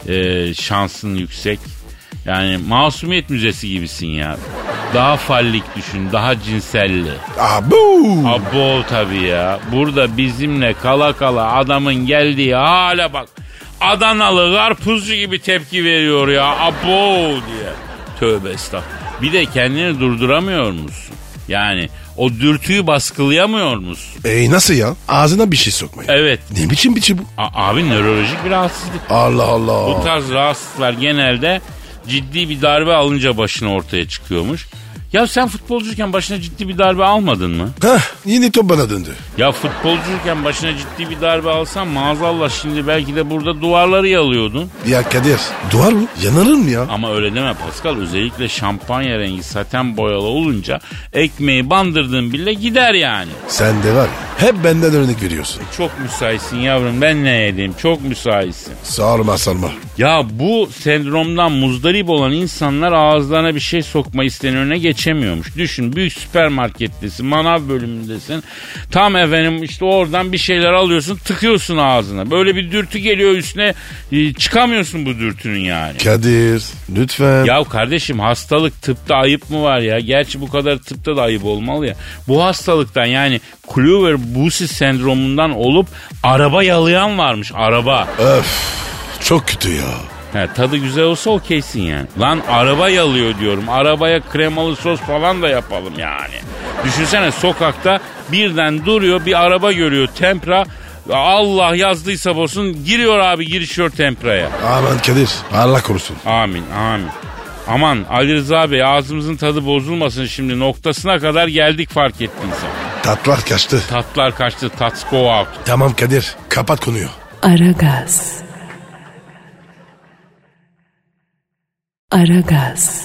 e, şansın yüksek. Yani masumiyet müzesi gibisin ya. Daha fallik düşün, daha cinselli. Abo! Abo tabii ya. Burada bizimle kala kala adamın geldiği hale bak. Adanalı karpuzcu gibi tepki veriyor ya. Abo diye. Tövbe estağfurullah. Bir de kendini durduramıyor musun? Yani o dürtüyü baskılayamıyor musun? E nasıl ya? Ağzına bir şey sokmayın. Evet. Ne biçim biçim bu? A- abi nörolojik bir rahatsızlık. Allah Allah. Bu tarz rahatsızlıklar genelde ciddi bir darbe alınca başına ortaya çıkıyormuş. Ya sen futbolcuyken başına ciddi bir darbe almadın mı? Hah yine top bana döndü. Ya futbolcuyken başına ciddi bir darbe alsan maazallah şimdi belki de burada duvarları yalıyordun. Ya Kadir duvar mı? Yanarır mı ya? Ama öyle deme Pascal, özellikle şampanya rengi saten boyalı olunca ekmeği bandırdığın bile gider yani. Sen de var ya hep benden örnek veriyorsun. Çok müsaitsin yavrum, ben ne edeyim, çok müsaitsin. Sorma sorma. Ya bu sendromdan muzdarip olan insanlar ağızlarına bir şey sokma isteğinin önüne geçemiyormuş. Düşün, büyük süpermarkettesin, manav bölümündesin. Tam efendim işte oradan bir şeyler alıyorsun, tıkıyorsun ağzına. Böyle bir dürtü geliyor üstüne, çıkamıyorsun bu dürtünün yani. Kadir lütfen. Ya kardeşim, hastalık tıpta ayıp mı var ya? Gerçi bu kadar tıpta da ayıp olmalı ya. Bu hastalıktan yani Kluwer-Bucy sendromundan olup araba yalayan varmış, araba. Öf çok kötü ya. He, tadı güzel olsa okeysin yani. Lan araba yalıyor diyorum. Arabaya kremalı sos falan da yapalım yani. Düşünsene, sokakta birden duruyor, bir araba görüyor, tempra. Allah yazdıysa bozsun, giriyor abi, girişiyor tempraya. Aman Kadir Allah korusun. Amin amin. Aman Ali Rıza Bey, ağzımızın tadı bozulmasın şimdi, noktasına kadar geldik fark ettiysen. Tatlar kaçtı. Tatlar kaçtı. Tats go out. Tamam Kadir, kapat konuyu. Aragaz. Aragaz.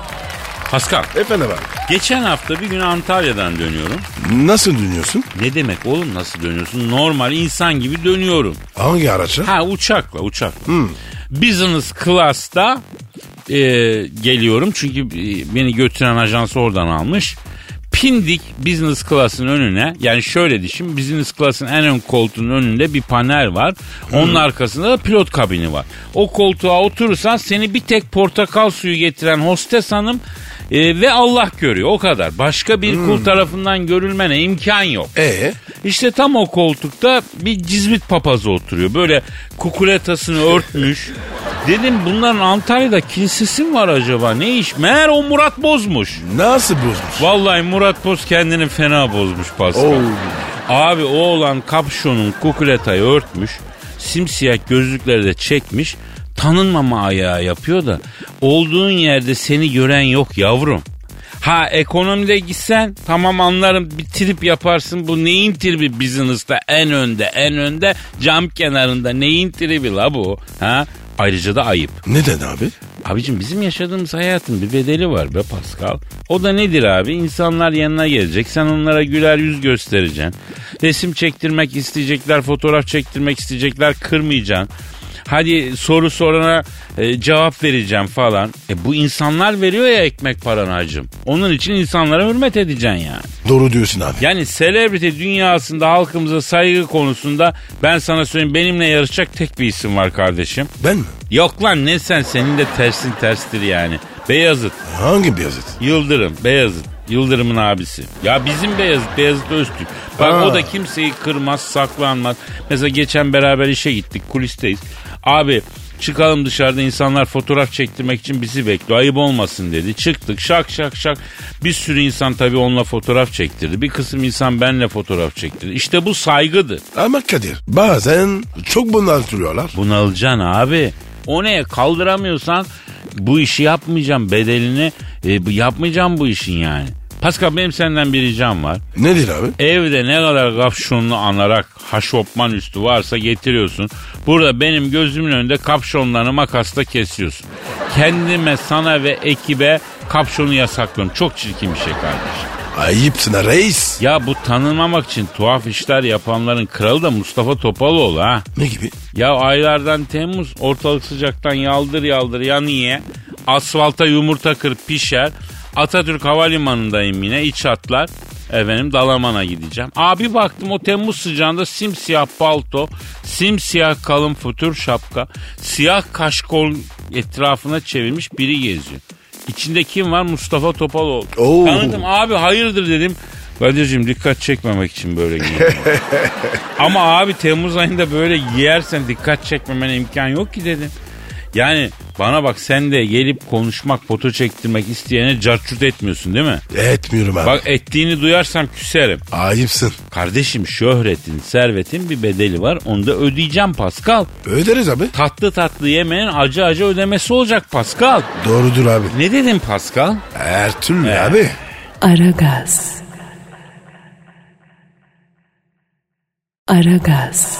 Pascal, Efendim abi. geçen hafta bir gün Antalya'dan dönüyorum. Nasıl dönüyorsun? Ne demek oğlum nasıl dönüyorsun? Normal insan gibi dönüyorum. Hangi araçla? Ha uçakla uçak. Hmm. Business class'ta e, geliyorum. Çünkü e, beni götüren ajans oradan almış. Pindik business class'ın önüne, yani şöyle düşün, business class'ın en ön koltuğunun önünde bir panel var. Onun hmm. arkasında da pilot kabini var. O koltuğa oturursan seni bir tek portakal suyu getiren hostes hanım e, ve Allah görüyor, o kadar. Başka bir hmm. kul tarafından görülmene imkan yok. Ee? İşte tam o koltukta bir cizvit papazı oturuyor. Böyle kukuletasını örtmüş. Dedim bunların Antalya'da kilisesi mi var acaba? Ne iş? Meğer o Murat Boz'muş. Nasıl bozmuş? Vallahi Murat Boz kendini fena bozmuş Pascal. Oo. Abi o olan kapşonun kukuletayı örtmüş. Simsiyah gözlükleri de çekmiş. Tanınmama ayağı yapıyor da olduğun yerde seni gören yok yavrum. Ha ekonomide gitsen tamam anlarım, bir trip yaparsın, bu neyin tribi business'ta en önde en önde cam kenarında neyin tribi la bu ha? Ayrıca da ayıp. Neden abi? Abicim bizim yaşadığımız hayatın bir bedeli var be Pascal. O da nedir abi? İnsanlar yanına gelecek. Sen onlara güler yüz göstereceksin. Resim çektirmek isteyecekler, fotoğraf çektirmek isteyecekler, kırmayacaksın. Hadi soru sorana e, cevap vereceğim falan. E bu insanlar veriyor ya ekmek paranı hacım. Onun için insanlara hürmet edeceksin yani. Doğru diyorsun abi. Yani selebrite dünyasında halkımıza saygı konusunda ben sana söyleyeyim, benimle yarışacak tek bir isim var kardeşim. Ben mi? Yok lan ne sen, senin de tersin terstir yani. Beyazıt. Hangi Beyazıt? Yıldırım, Beyazıt. Yıldırım'ın abisi. Ya bizim Beyazıt, Beyazıt Öztürk. Bak ha. O da kimseyi kırmaz, saklanmaz. Mesela geçen beraber işe gittik, kulisteyiz. Abi çıkalım dışarıda, insanlar fotoğraf çektirmek için bizi bekliyor, ayıp olmasın dedi. Çıktık şak şak şak. Bir sürü insan tabii onunla fotoğraf çektirdi. Bir kısım insan benimle fotoğraf çektirdi. İşte bu saygıdır. Ama Kadir bazen çok bunaltıyorlar. Bunalacaksın abi. O neye kaldıramıyorsan bu işi yapmayacağım, bedelini e, yapmayacağım bu işin yani. Pascal benim senden bir ricam var. Nedir abi? Evde ne kadar kapşonlu anarak haşopman üstü varsa getiriyorsun. Burada benim gözümün önünde kapşonlarını makasla kesiyorsun. Kendime, sana ve ekibe kapşonu yasaklıyorum. Çok çirkin bir şey kardeşim. Ayıpsın ha reis. Ya bu tanınmamak için tuhaf işler yapanların kralı da Mustafa Topaloğlu ha. Ne gibi? Ya aylardan Temmuz, ortalık sıcaktan yaldır yaldır yanıyor. Asfalta yumurta kır pişer. Atatürk Havalimanı'ndayım yine, iç hatlar. Efendim Dalaman'a gideceğim. Abi baktım o Temmuz sıcağında simsiyah palto, simsiyah kalın fötür şapka, siyah kaşkol etrafına çevirmiş biri geziyor. İçinde kim var? Mustafa Topaloğlu. Oo. Tanıdım abi, hayırdır dedim. Kadir'cim dikkat çekmemek için böyle giyiyorum. Ama abi Temmuz ayında böyle giyersen dikkat çekmemene imkan yok ki dedim. Yani bana bak, sen de gelip konuşmak, foto çektirmek isteyene carçurt etmiyorsun değil mi? Etmiyorum abi. Bak ettiğini duyarsam küserim. Ayıpsın. Kardeşim şöhretin, servetin bir bedeli var. Onu da ödeyeceğim Pascal. Öderiz abi. Tatlı tatlı yemenin acı acı ödemesi olacak Pascal. Doğrudur abi. Ne dedin Pascal? Her türlü He. abi. Aragaz. Aragaz.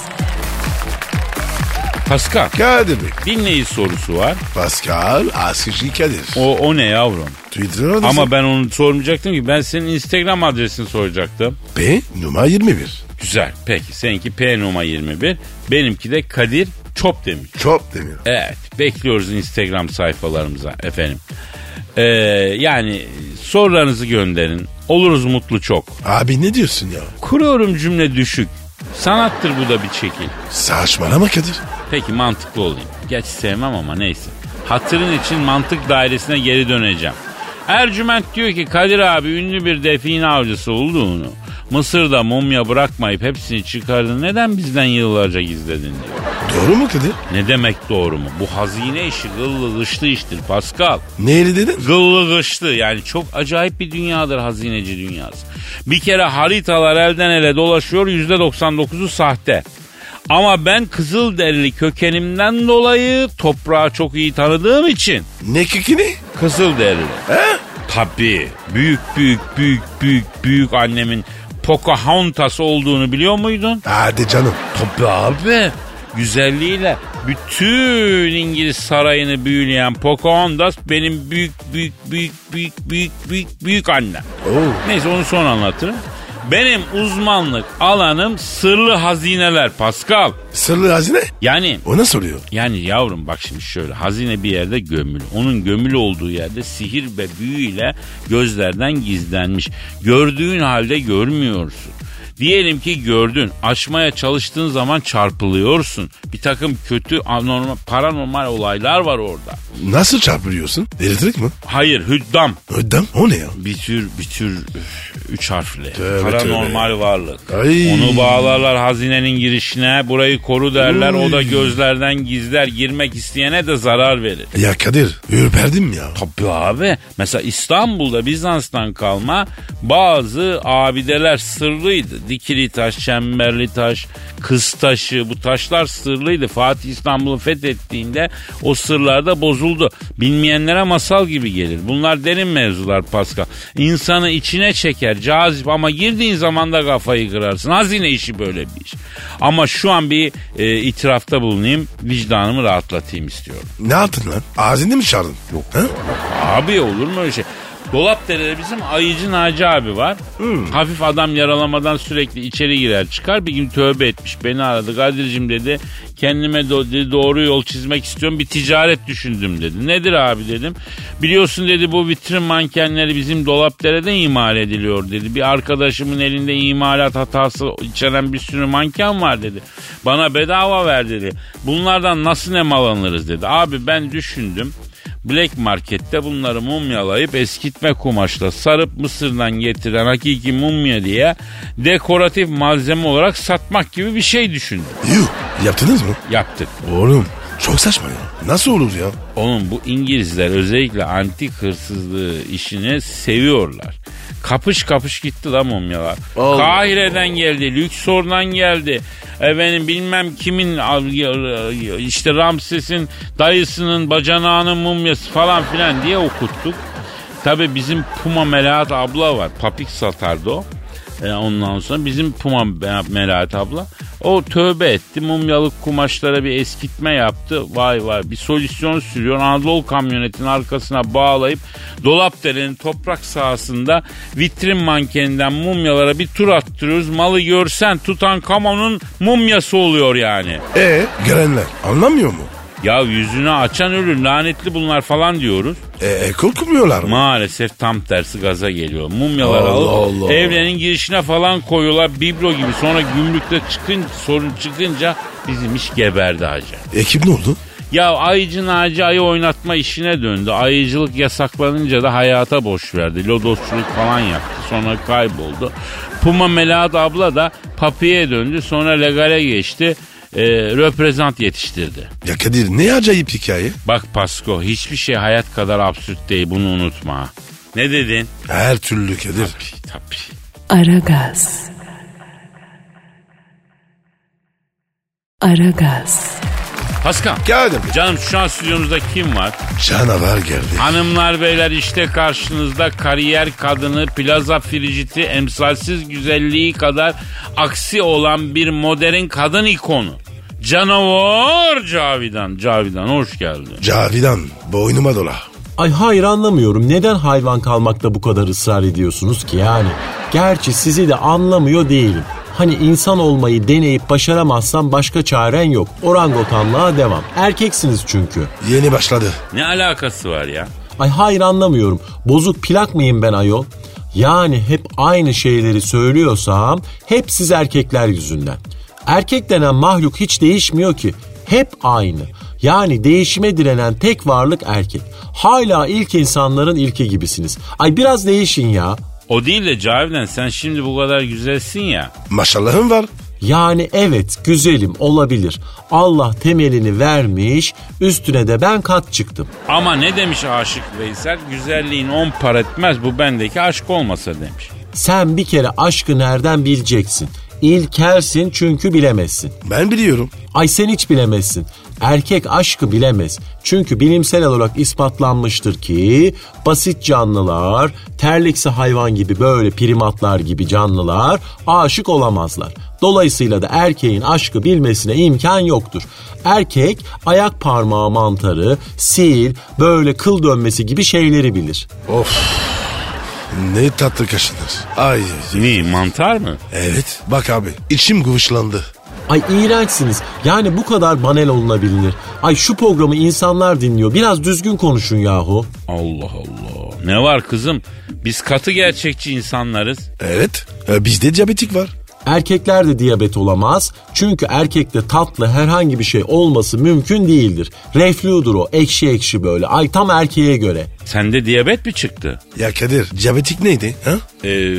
Pascal. Kadir Bey. Dinleyici sorusu var. Pascal Askışi Kadir. O, o ne yavrum? Twitter adresi. Ama ben onu sormayacaktım ki. Ben senin Instagram adresini soracaktım. P numara yirmi bir. Güzel. Peki seninki P numara yirmi bir. Benimki de Kadir Çopdemir. Çopdemir. Evet. Bekliyoruz Instagram sayfalarımıza efendim. Ee, yani sorularınızı gönderin. Oluruz mutlu çok. Abi ne diyorsun ya? Kuruyorum cümle düşük. Sanattır bu da bir şekil. Saçmalama Kadir. Peki mantıklı olayım. Geç sevmem ama neyse. Hatırın için mantık dairesine geri döneceğim. Ercüment diyor ki Kadir abi ünlü bir define avcısı olduğunu, Mısır'da mumya bırakmayıp hepsini çıkardın, neden bizden yıllarca gizledin diyor. Doğru mu Kadir? Ne demek doğru mu? Bu hazine işi gıllı gışlı iştir Pascal. Neyli dedin? Gıllı gışlı, yani çok acayip bir dünyadır hazineci dünyası. Bir kere haritalar elden ele dolaşıyor, yüzde doksan dokuzu sahte. Ama ben Kızılderili kökenimden dolayı toprağı çok iyi tanıdığım için. Ne kökeni? Kızılderili. He? Tabii. Büyük büyük büyük büyük büyük annemin Pocahontas olduğunu biliyor muydun? Hadi canım. Tabii abi. Güzelliğiyle bütün İngiliz sarayını büyüleyen Pocahontas benim büyük büyük büyük büyük büyük büyük büyük annem. Oo. Neyse onu sonra anlatırım. Benim uzmanlık alanım sırlı hazineler Pascal. Sırlı hazine? Yani O nasıl oluyor? yani yavrum bak şimdi şöyle, hazine bir yerde gömülü. Onun gömülü olduğu yerde sihir ve büyüyle gözlerden gizlenmiş. Gördüğün halde görmüyorsun. Diyelim ki gördün, açmaya çalıştığın zaman çarpılıyorsun. Bir takım kötü, anormal, paranormal olaylar var orada. Nasıl çarpılıyorsun? Elektrik mi? Hayır, hüddam. Ödem? O ne ya? Bir tür, bir tür üf, üç harfli. Tövbe, paranormal tövbe. varlık. Ay. Onu bağlarlar hazinenin girişine, burayı koru derler. Uy. O da gözlerden gizler, girmek isteyene de zarar verir. Ya Kadir, ürperdim ya. Tabii abi. Mesela İstanbul'da Bizans'tan kalma bazı abideler sırlıydı. Dikili taş, çemberli taş, kız taşı, bu taşlar sırlıydı. Fatih İstanbul'u fethettiğinde o sırlar da bozuldu. Bilmeyenlere masal gibi gelir. Bunlar derin mevzular Pascal. İnsanı içine çeker, cazip ama girdiğin zaman da kafayı kırarsın. Hazine işi böyle bir iş. Ama şu an bir e, itirafta bulunayım, vicdanımı rahatlatayım istiyorum. Ne yaptın lan? Ağzını mı çağırdın? Yok. Ha? Abi olur mu öyle şey? Dolapdere'de bizim Ayıcı Naci abi var. Hmm. Hafif adam yaralamadan sürekli içeri girer çıkar. Bir gün tövbe etmiş, beni aradı. Kadir'cim dedi, kendime do- doğru yol çizmek istiyorum, bir ticaret düşündüm dedi. Nedir abi dedim. Biliyorsun dedi, bu vitrin mankenleri bizim Dolapdere'de imal ediliyor dedi. Bir arkadaşımın elinde imalat hatası içeren bir sürü manken var dedi. Bana bedava ver dedi. Bunlardan nasıl ne mal alırız dedi. Abi ben düşündüm. Black Market'te bunları mumyalayıp eskitme kumaşla sarıp Mısır'dan getiren hakiki mumya diye dekoratif malzeme olarak satmak gibi bir şey düşündüm. Yuh, yaptınız mı? Yaptık. Oğlum çok saçma ya. Nasıl olur ya? Oğlum bu İngilizler özellikle antik hırsızlığı işini seviyorlar. Kapış kapış gitti la mumyalar. Allah Kahire'den geldi, Lüksor'dan geldi. Efendim bilmem kimin, işte Ramses'in dayısının bacanağının mumyası falan filan diye okuttuk. Tabii bizim Puma Melahat abla var. Papik satardı o. E ondan sonra bizim Puma Melahat abla o tövbe etti. Mumyalık kumaşlara bir eskitme yaptı. Vay vay, bir solüsyon sürüyor. Anadolu kamyonetin arkasına bağlayıp Dolapdere'nin toprak sahasında vitrin mankeninden mumyalara bir tur attırıyoruz. Malı görsen Tutankamon'un mumyası oluyor yani. E görenler anlamıyor mu? Ya yüzünü açan ölür, lanetli bunlar falan diyoruz. E, e korkmuyorlar mı? Maalesef tam tersi gaza geliyor. Mumyaları Allah alıp Allah. evlerin girişine falan koyuyorlar biblo gibi. Sonra gümrükte çıkın, sorun çıkınca bizim iş geberdi hacı. Ekip ne oldu? Ya Ayıcı Naci ayı oynatma işine döndü. Ayıcılık yasaklanınca da hayata boş verdi. Lodosçuluk falan yaptı. Sonra kayboldu. Puma Melahat abla da papiye döndü. Sonra legale geçti. E, reprezent yetiştirdi. Ya Kadir ne acayip hikaye. Bak Pasko, hiçbir şey hayat kadar absürt değil, bunu unutma. Ne dedin? Her türlü Kadir. Tabii tabii. Aragaz. Aragaz. Pascal. Geldim. Canım şu an stüdyomuzda kim var? Canavar geldi. Hanımlar beyler, işte karşınızda kariyer kadını, plaza friciti, emsalsiz güzelliği kadar aksi olan bir modern kadın ikonu. Canavar Cavidan. Cavidan hoş geldin. Cavidan boynuma dola. Ay hayır, anlamıyorum. Neden hayvan kalmakta bu kadar ısrar ediyorsunuz ki yani? Gerçi sizi de anlamıyor değilim. Hani insan olmayı deneyip başaramazsan başka çaren yok. Orangotanlığa devam. Erkeksiniz çünkü. Yeni başladı. Ne alakası var ya? Ay hayır, anlamıyorum. Bozuk plak mıyım ben ayol? Yani hep aynı şeyleri söylüyorsam hep siz erkekler yüzünden. Erkek denen mahluk hiç değişmiyor ki. Hep aynı. Yani değişime direnen tek varlık erkek. Hala ilk insanların ilki gibisiniz. Ay biraz değişin ya. O değil de Cavidan, sen şimdi bu kadar güzelsin ya. Maşallahım var. Yani evet, güzelim olabilir. Allah temelini vermiş, üstüne de ben kat çıktım. Ama ne demiş Aşık Veysel? Güzelliğin on par etmez, bu bendeki aşk olmasa demiş. Sen bir kere aşkı nereden bileceksin? İlkelsin çünkü bilemezsin. Ben biliyorum. Ay sen hiç bilemezsin. Erkek aşkı bilemez. Çünkü bilimsel olarak ispatlanmıştır ki basit canlılar, terliksi hayvan gibi böyle primatlar gibi canlılar aşık olamazlar. Dolayısıyla da erkeğin aşkı bilmesine imkan yoktur. Erkek ayak parmağı mantarı, sil, böyle kıl dönmesi gibi şeyleri bilir. Of. Ne tatlı kaşınır. Ay. Ne, mantar mı? Evet. Bak abi içim kıvışlandı. Ay iğrençsiniz. Yani bu kadar banal olunabilir. Ay şu programı insanlar dinliyor. Biraz düzgün konuşun yahu. Allah Allah. Ne var kızım? Biz katı gerçekçi insanlarız. Evet. E, bizde diyabetik var. Erkekler de diyabet olamaz. Çünkü erkekte tatlı herhangi bir şey olması mümkün değildir. Reflüdür o. Ekşi ekşi böyle. Ay tam erkeğe göre. Sende diyabet mi çıktı? Ya Kadir diyabetik neydi? Ha? Ee,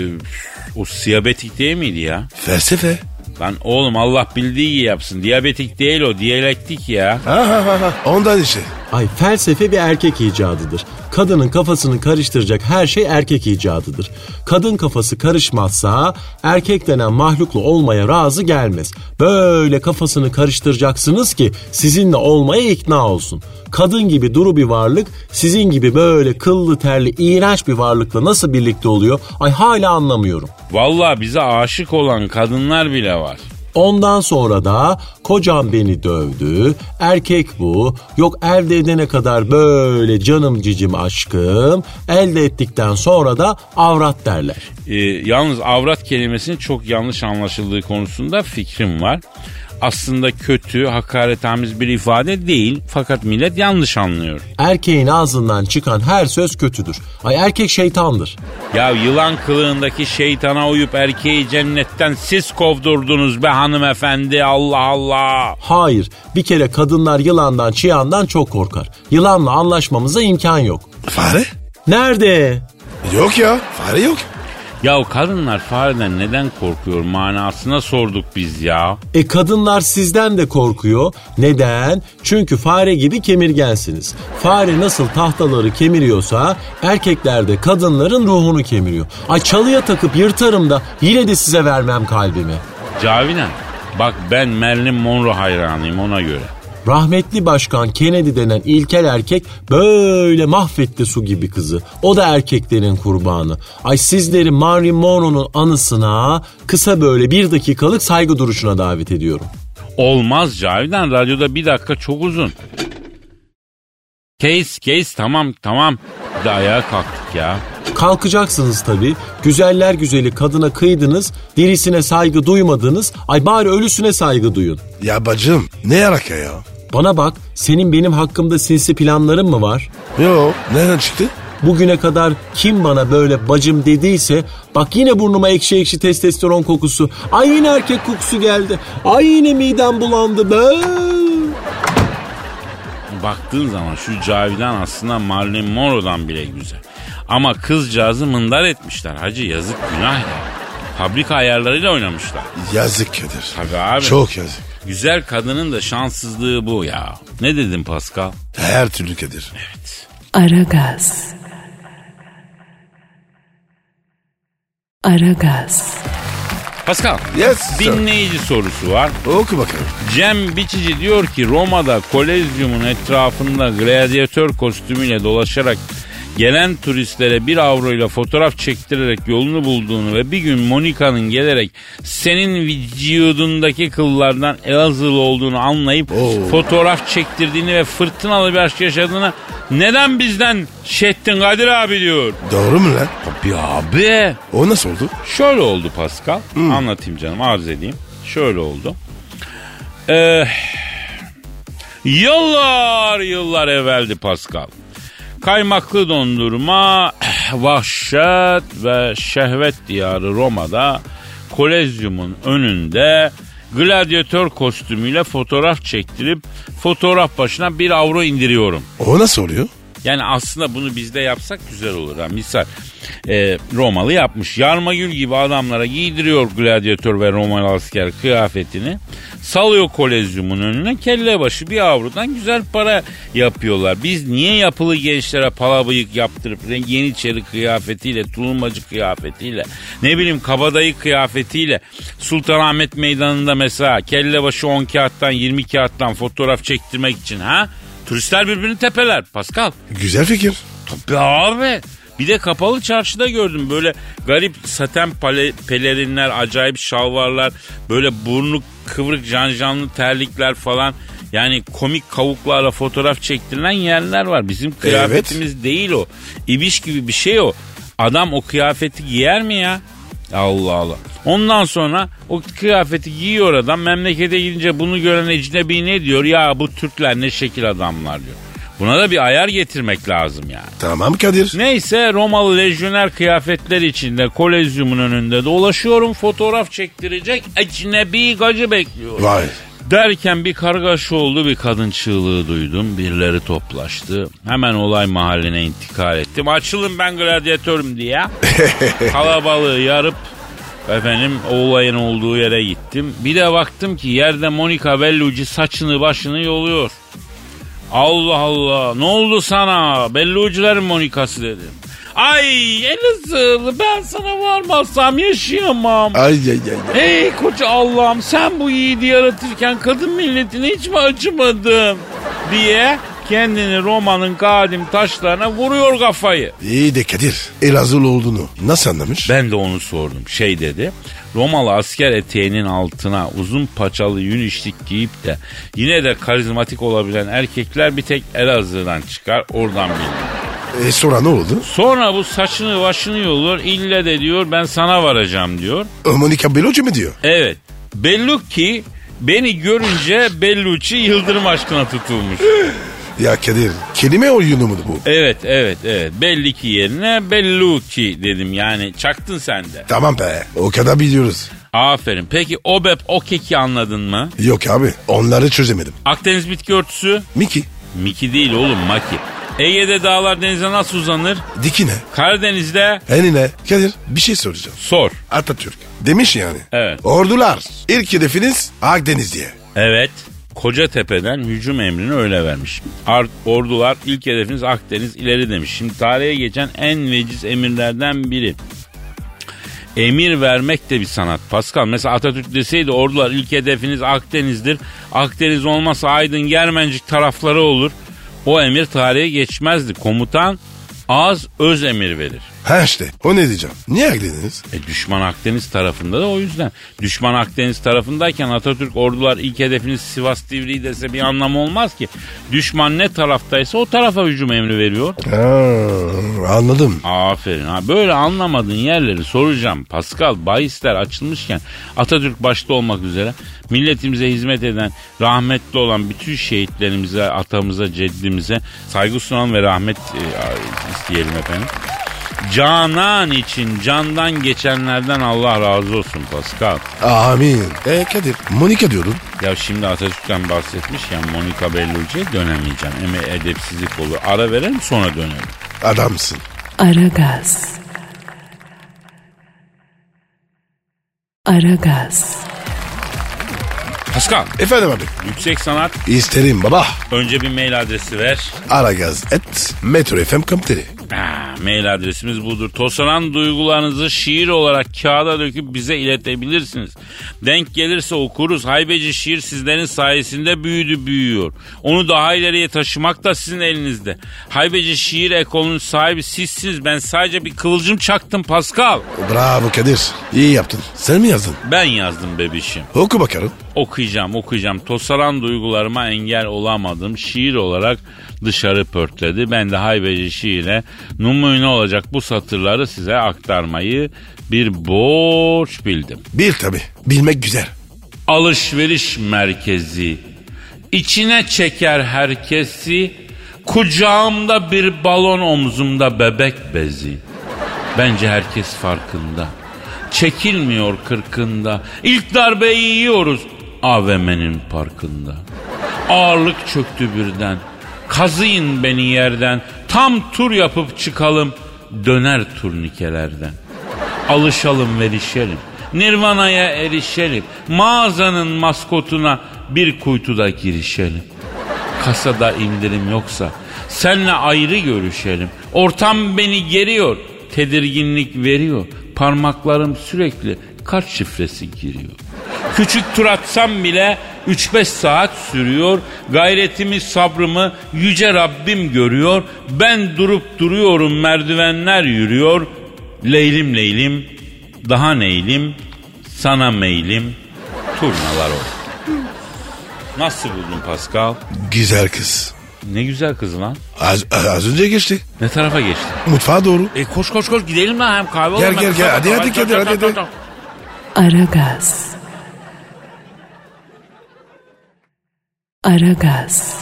o siyabetik değil miydi ya? Felsefe. Lan oğlum Allah bildiği gibi yapsın. Diyabetik değil o, diyalektik ya. Ha ha ha ha. Ondan işte. Ay felsefe bir erkek icadıdır. Kadının kafasını karıştıracak her şey erkek icadıdır. Kadın kafası karışmazsa erkek denen mahlukla olmaya razı gelmez. Böyle kafasını karıştıracaksınız ki sizinle olmaya ikna olsun. Kadın gibi duru bir varlık sizin gibi böyle kıllı terli iğrenç bir varlıkla nasıl birlikte oluyor? Ay hala anlamıyorum. Vallahi bize aşık olan kadınlar bile var. Ondan sonra da kocam beni dövdü, erkek bu, yok elde edene kadar böyle canım cicim aşkım, elde ettikten sonra da avrat derler. Ee, yalnız avrat kelimesinin çok yanlış anlaşıldığı konusunda fikrim var. Aslında kötü, hakaretamiz bir ifade değil fakat millet yanlış anlıyor. Erkeğin ağzından çıkan her söz kötüdür. Ay erkek şeytandır. Ya yılan kılığındaki şeytana uyup erkeği cennetten siz kovdurdunuz be hanımefendi, Allah Allah. Hayır, bir kere kadınlar yılandan çıyandan çok korkar. Yılanla anlaşmamıza imkan yok. Fare? Nerede? Yok ya fare yok. Ya kadınlar fareden neden korkuyor manasına sorduk biz ya. E kadınlar sizden de korkuyor. Neden? Çünkü fare gibi kemirgensiniz. Fare nasıl tahtaları kemiriyorsa erkekler de kadınların ruhunu kemiriyor. Ay çalıya takıp yırtarım da yine de size vermem kalbimi. Cavidan bak ben Marilyn Monroe hayranıyım ona göre. Rahmetli başkan Kennedy denen ilkel erkek böyle mahvetti su gibi kızı. O da erkeklerin kurbanı. Ay sizleri Marilyn Monroe'nun anısına kısa böyle bir dakikalık saygı duruşuna davet ediyorum. Olmaz Cavidan, radyoda bir dakika çok uzun. Case case tamam tamam. Bir de ayağa kalktık ya. Kalkacaksınız tabii. Güzeller güzeli kadına kıydınız, dirisine saygı duymadınız. Ay bari ölüsüne saygı duyun. Ya bacım ne alaka ya? Bana bak, senin benim hakkımda sinsi planların mı var? Yok, nereden çıktı? Bugüne kadar kim bana böyle bacım dediyse bak yine burnuma ekşi ekşi testosteron kokusu. Ay yine erkek kokusu geldi. Ay yine midem bulandı be. Baktığın zaman şu Cavidan aslında Marilyn Monroe'dan bile güzel. Ama kızcağızı mındar etmişler hacı, yazık günah ya. Fabrika ayarlarıyla oynamışlar. Yazık Kadir. Tabii abi. Çok yazık. Güzel kadının da şanssızlığı bu ya. Ne dedin Pascal? Her türlü Kadir. Evet. Aragaz. Aragaz. Pascal. Yes, sir. Dinleyici sorusu var. Oku bakalım. Cem Biçici diyor ki Roma'da Kolezyum'un etrafında gladyatör kostümüyle dolaşarak gelen turistlere bir avroyla fotoğraf çektirerek yolunu bulduğunu ve bir gün Monika'nın gelerek senin vücudundaki kıllardan Elazığlı olduğunu anlayıp Oo. fotoğraf çektirdiğini ve fırtınalı bir aşk yaşadığını neden bizden şettin Kadir abi diyor. Doğru mu lan? Tabii abi. O nasıl oldu? Şöyle oldu Pascal. Hmm. Anlatayım canım, arz edeyim. Şöyle oldu. Ee, yıllar yıllar evveldi Pascal. Kaymaklı dondurma, vahşet ve şehvet diyarı Roma'da Kolezyum'un önünde gladyatör kostümüyle fotoğraf çektirip fotoğraf başına bir avro indiriyorum. O nasıl oluyor? Yani aslında bunu bizde yapsak güzel olur. Ha. Misal e, Romalı yapmış. Yarmagül gibi adamlara giydiriyor gladyatör ve Romalı asker kıyafetini. Salıyor kolezyumun önüne, kelle başı bir avrodan güzel para yapıyorlar. Biz niye yapılı gençlere pala bıyık yaptırıp Yeniçeri kıyafetiyle, tulumbacı kıyafetiyle, ne bileyim kabadayı kıyafetiyle Sultanahmet Meydanı'nda mesela kelle başı on kağıttan yirmi kağıttan fotoğraf çektirmek için ha? Turistler birbirini tepeler Pascal. Güzel fikir. Tabii abi. Bir de kapalı çarşıda gördüm böyle garip saten pale, pelerinler, acayip şalvarlar, böyle burnu kıvrık janjanlı terlikler falan. Yani komik kavuklarla fotoğraf çektirilen yerler var. Bizim kıyafetimiz evet. Değil o. İbiş gibi bir şey o. Adam o kıyafeti giyer mi ya? Allah Allah. Ondan sonra o kıyafeti giyiyor adam. Memlekete gidince bunu gören ecnebi ne diyor? Ya bu Türkler ne şekil adamlar diyor. Buna da bir ayar getirmek lazım yani. Tamam Kadir. Neyse Romalı lejyoner kıyafetler içinde kolezyumun önünde dolaşıyorum. Fotoğraf çektirecek ecnebi gacı bekliyor. Vay. Derken bir kargaşa oldu, bir kadın çığlığı duydum. Birileri toplaştı. Hemen olay mahalline intikal ettim. Açılın ben gladyatörüm diye. Kalabalığı yarıp efendim o olayın olduğu yere gittim. Bir de baktım ki yerde Monica Bellucci saçını başını yoluyor. Allah Allah, ne oldu sana? Bellucci'lerin Monika'sı dedim. Ay Elazığlı, ben sana varmazsam yaşayamam. Ay ay ay. Hey koca Allah'ım, sen bu yiğidi yaratırken kadın milletine hiç mi acımadın diye kendini Roma'nın kadim taşlarına vuruyor kafayı. İyi de Kadir, Elazığlı olduğunu nasıl anlamış? Ben de onu sordum. Şey dedi, Romalı asker eteğinin altına uzun paçalı yün işlik giyip de yine de karizmatik olabilen erkekler bir tek Elazığ'dan çıkar, oradan bilinir. E sonra ne oldu? Sonra bu saçını başını yolluyor, ille de diyor ben sana varacağım diyor. Monica Bellucci mi diyor? Evet. Bellucci beni görünce Bellucci Yıldırım aşkına tutulmuş. Ya Kadir, kelime oyunu mu bu? Evet evet evet. Belli ki yerine Bellucci dedim, yani çaktın sen de. Tamam be, o kadar biliyoruz. Aferin. Peki Obep o keki anladın mı? Yok abi, onları çözemedim. Akdeniz bitki örtüsü? Miki. Miki değil oğlum, Maki. Ege'de dağlar denize nasıl uzanır? Dikine. Karadeniz'de? Enine. Kadir, bir şey soracağım. Sor. Atatürk demiş yani. Evet. Ordular ilk hedefiniz Akdeniz diye. Evet. Kocatepe'den hücum emrini öyle vermiş. Art, ordular ilk hedefiniz Akdeniz ileri demiş. Şimdi tarihe geçen en veciz emirlerden biri. Emir vermek de bir sanat Pascal. Mesela Atatürk deseydi ordular ilk hedefiniz Akdeniz'dir. Akdeniz olmasa Aydın, Germencik tarafları olur. O emir tarihe geçmezdi. Komutan az öz emir verir. Ha işte, o ne diyeceğim? Niye Akdeniz? E düşman Akdeniz tarafında da o yüzden. Düşman Akdeniz tarafındayken Atatürk ordular ilk hedefiniz Sivas Divriği dese bir anlamı olmaz ki. Düşman ne taraftaysa o tarafa hücum emri veriyor. Ha, anladım. Aferin. Ha, böyle anlamadığın yerleri soracağım. Pascal, bahisler açılmışken Atatürk başta olmak üzere milletimize hizmet eden, rahmetli olan bütün şehitlerimize, atamıza, ceddimize saygı sunan ve rahmet e, isteyelim efendim. Canan için candan geçenlerden Allah razı olsun Pascal. Amin. E Kadir, Monica diyordun. Ya şimdi Atatürk'ten bahsetmişken Monica Bellucci'ye dönemeyeceğim. Eme edepsizlik olur. Ara verelim sonra dönelim. Adamsın. Aragaz. Aragaz. Pascal. Efendim abi. Yüksek sanat. İsterim baba. Önce bir mail adresi ver. Aragaz et metro f m nokta com nokta tr. Ha, mail adresimiz budur. Tosanan duygularınızı şiir olarak kağıda döküp bize iletebilirsiniz. Denk gelirse okuruz. Haybeci şiir sizlerin sayesinde büyüdü, büyüyor. Onu daha ileriye taşımak da sizin elinizde. Haybeci şiir ekolunun sahibi sizsiniz. Ben sadece bir kıvılcım çaktım Pascal. Bravo Kadir. İyi yaptın. Sen mi yazdın? Ben yazdım bebişim. Oku bakalım. Okuyacağım okuyacağım. Tosaran duygularıma engel olamadım. Şiir olarak dışarı pörtledi. Ben de haybeci şiire numune olacak bu satırları size aktarmayı bir borç bildim. Bil tabi. Bilmek güzel. Alışveriş merkezi. İçine çeker herkesi. Kucağımda bir balon, omzumda bebek bezi. Bence herkes farkında. Çekilmiyor kırkında. İlk darbeyi yiyoruz A V M'nin parkında. Ağırlık çöktü birden. Kazıyın beni yerden. Tam tur yapıp çıkalım döner turnikelerden. Alışalım verişelim. Nirvana'ya erişelim. Mağazanın maskotuna bir kuytuda girişelim. Kasada indirim yoksa senle ayrı görüşelim. Ortam beni geriyor. Tedirginlik veriyor. Parmaklarım sürekli kart şifresi giriyor. Küçük tur atsam bile üç beş saat sürüyor. Gayretimi, sabrımı yüce Rabbim görüyor. Ben durup duruyorum, merdivenler yürüyor. Leylim leylim, daha neylim, sana meylim, turnalar olsun. Nasıl buldun Pascal? Güzel kız. Ne güzel kız lan. Az, az önce geçti. Ne tarafa geçti? Mutfağa doğru. E koş koş koş gidelim lan, hem kahve Gel alalım. gel gel hadi hadi hadi hadi. hadi. Aragaz. Aragaz.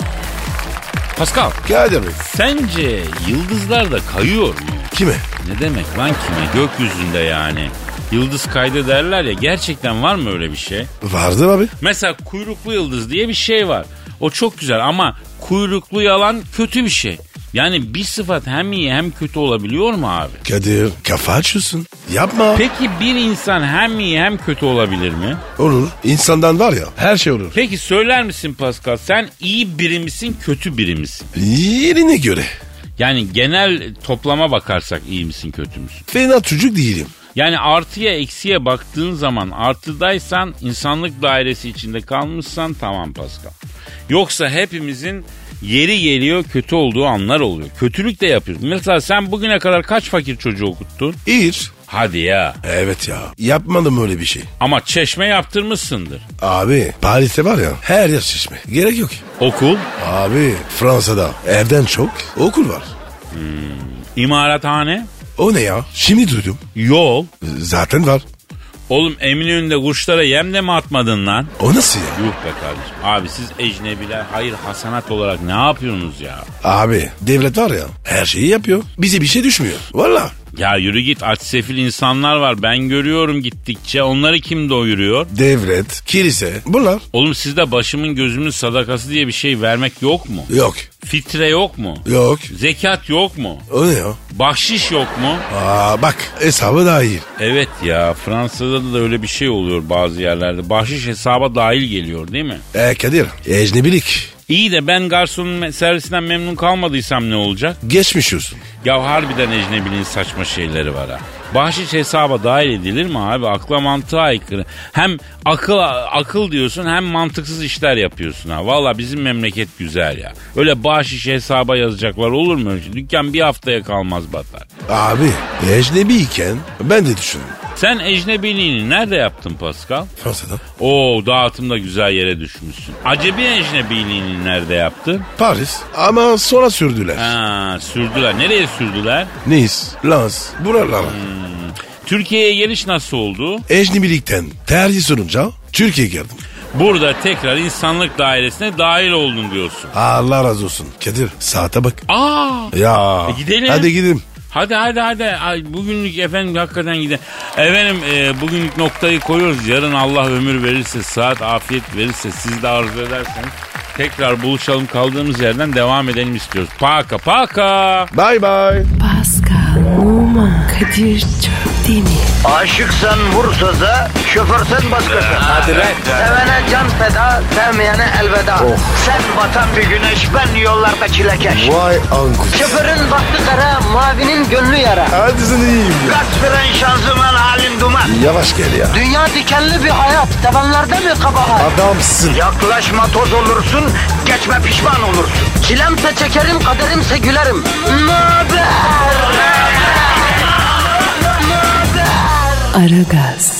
Pascal, Kadir Bey. sence yıldızlar da kayıyor mu? Kime? Ne demek lan kime? Gökyüzünde yani. Yıldız kaydı derler ya, gerçekten var mı öyle bir şey? Vardır abi. Mesela kuyruklu yıldız diye bir şey var. O çok güzel ama kuyruklu yalan kötü bir şey. Yani bir sıfat hem iyi hem kötü olabiliyor mu abi? Kadir kafa açıyorsun. Yapma. Peki bir insan hem iyi hem kötü olabilir mi? Olur. İnsandan var ya her şey olur. Peki söyler misin Pascal, sen iyi biri misin kötü biri misin? Yerine göre. Yani genel toplama bakarsak iyi misin kötü müsün? Fena çocuk değilim. Yani artıya eksiye baktığın zaman artıdaysan, insanlık dairesi içinde kalmışsan tamam Pascal. Yoksa hepimizin yeri geliyor kötü olduğu anlar oluyor. Kötülük de yapıyoruz. Mesela sen bugüne kadar kaç fakir çocuğu okuttun? İr. Hadi ya. Evet ya. Yapmadım öyle bir şey. Ama çeşme yaptırmışsındır. Abi Paris'te var ya her yer şişme. Gerek yok. Okul? Abi Fransa'da evden çok okul var. Hmm. İmarathane? O ne ya? Şimdi duydum. Yol? Zaten var. Oğlum Eminönü'nde kuşlara yem de mi atmadın lan? O nasıl ya? Yuh be kardeşim. Abi siz ecnebiler hayır hasanat olarak ne yapıyorsunuz ya? Abi devlet var ya her şeyi yapıyor. Bize bir şey düşmüyor. Valla. Ya yürü git, aç sefil insanlar var. Ben görüyorum gittikçe. Onları kim doyuruyor? Devlet, kilise bunlar. Oğlum sizde başımın gözümün sadakası diye bir şey vermek yok mu? Yok. Fitre yok mu? Yok. Zekat yok mu? O ne ya? Bahşiş yok mu? Aa bak hesabı dahil. Evet ya, Fransa'da da öyle bir şey oluyor bazı yerlerde. Bahşiş hesaba dahil geliyor değil mi? E Kadir ecnebilik. İyi de ben garsonun servisinden memnun kalmadıysam ne olacak? Geçmiş olsun. Ya harbiden ecnebiliğin saçma şeyleri var ha. Bahşiş hesaba dahil edilir mi abi? Akla mantığa aykırı. Hem akıl akıl diyorsun hem mantıksız işler yapıyorsun ha. Valla bizim memleket güzel ya. Öyle bahşiş hesaba yazacaklar olur mu öyle? Dükkan bir haftaya kalmaz batar. Abi ecnebiyken ben de düşündüm. Sen ecnebiliğini nerede yaptın Pascal? Fransa'da. Oo, dağıtımda güzel yere düşmüşsün. Acebi ecnebiliğini nerede yaptın? Paris ama sonra sürdüler. Ha, sürdüler. Nereye sürdüler? Nice, Lens, buralara. Hmm. Türkiye'ye geliş nasıl oldu? Ecnebilikten tercih sorunca Türkiye'ye geldim. Burada tekrar insanlık dairesine dahil oldun diyorsun. Allah razı olsun. Kadir saate bak. Aa! Ya. E gidelim. Hadi gidelim. Hadi hadi hadi. Ay, bugünlük efendim hakikaten gidelim. Efendim e, bugünlük noktayı koyuyoruz. Yarın Allah ömür verirse, saat afiyet verirse, siz de arzu ederseniz tekrar buluşalım, kaldığımız yerden devam edelim istiyoruz. Paka paka. Bye bye. Pascal, Oman, Kadir çok değil mi? Aşıksan vursa da, şoförsen başkasın. Hadi lan. Sevene can feda, sevmeyene elveda. Sen batan bir güneş, ben yollarda çilekeş. Vay anku. Şoförün baktı kara, mavinin gönlü yara. Hadi sen iyiyim ya. Kasperen şanzıman halin duman. Yavaş gel ya. Dünya dikenli bir hayat, sevenlerde mi kabahar? Adamsın. Yaklaşma toz olursun, geçme pişman olursun. Çilemse çekerim, kaderimse gülerim. Möber! Aragaz.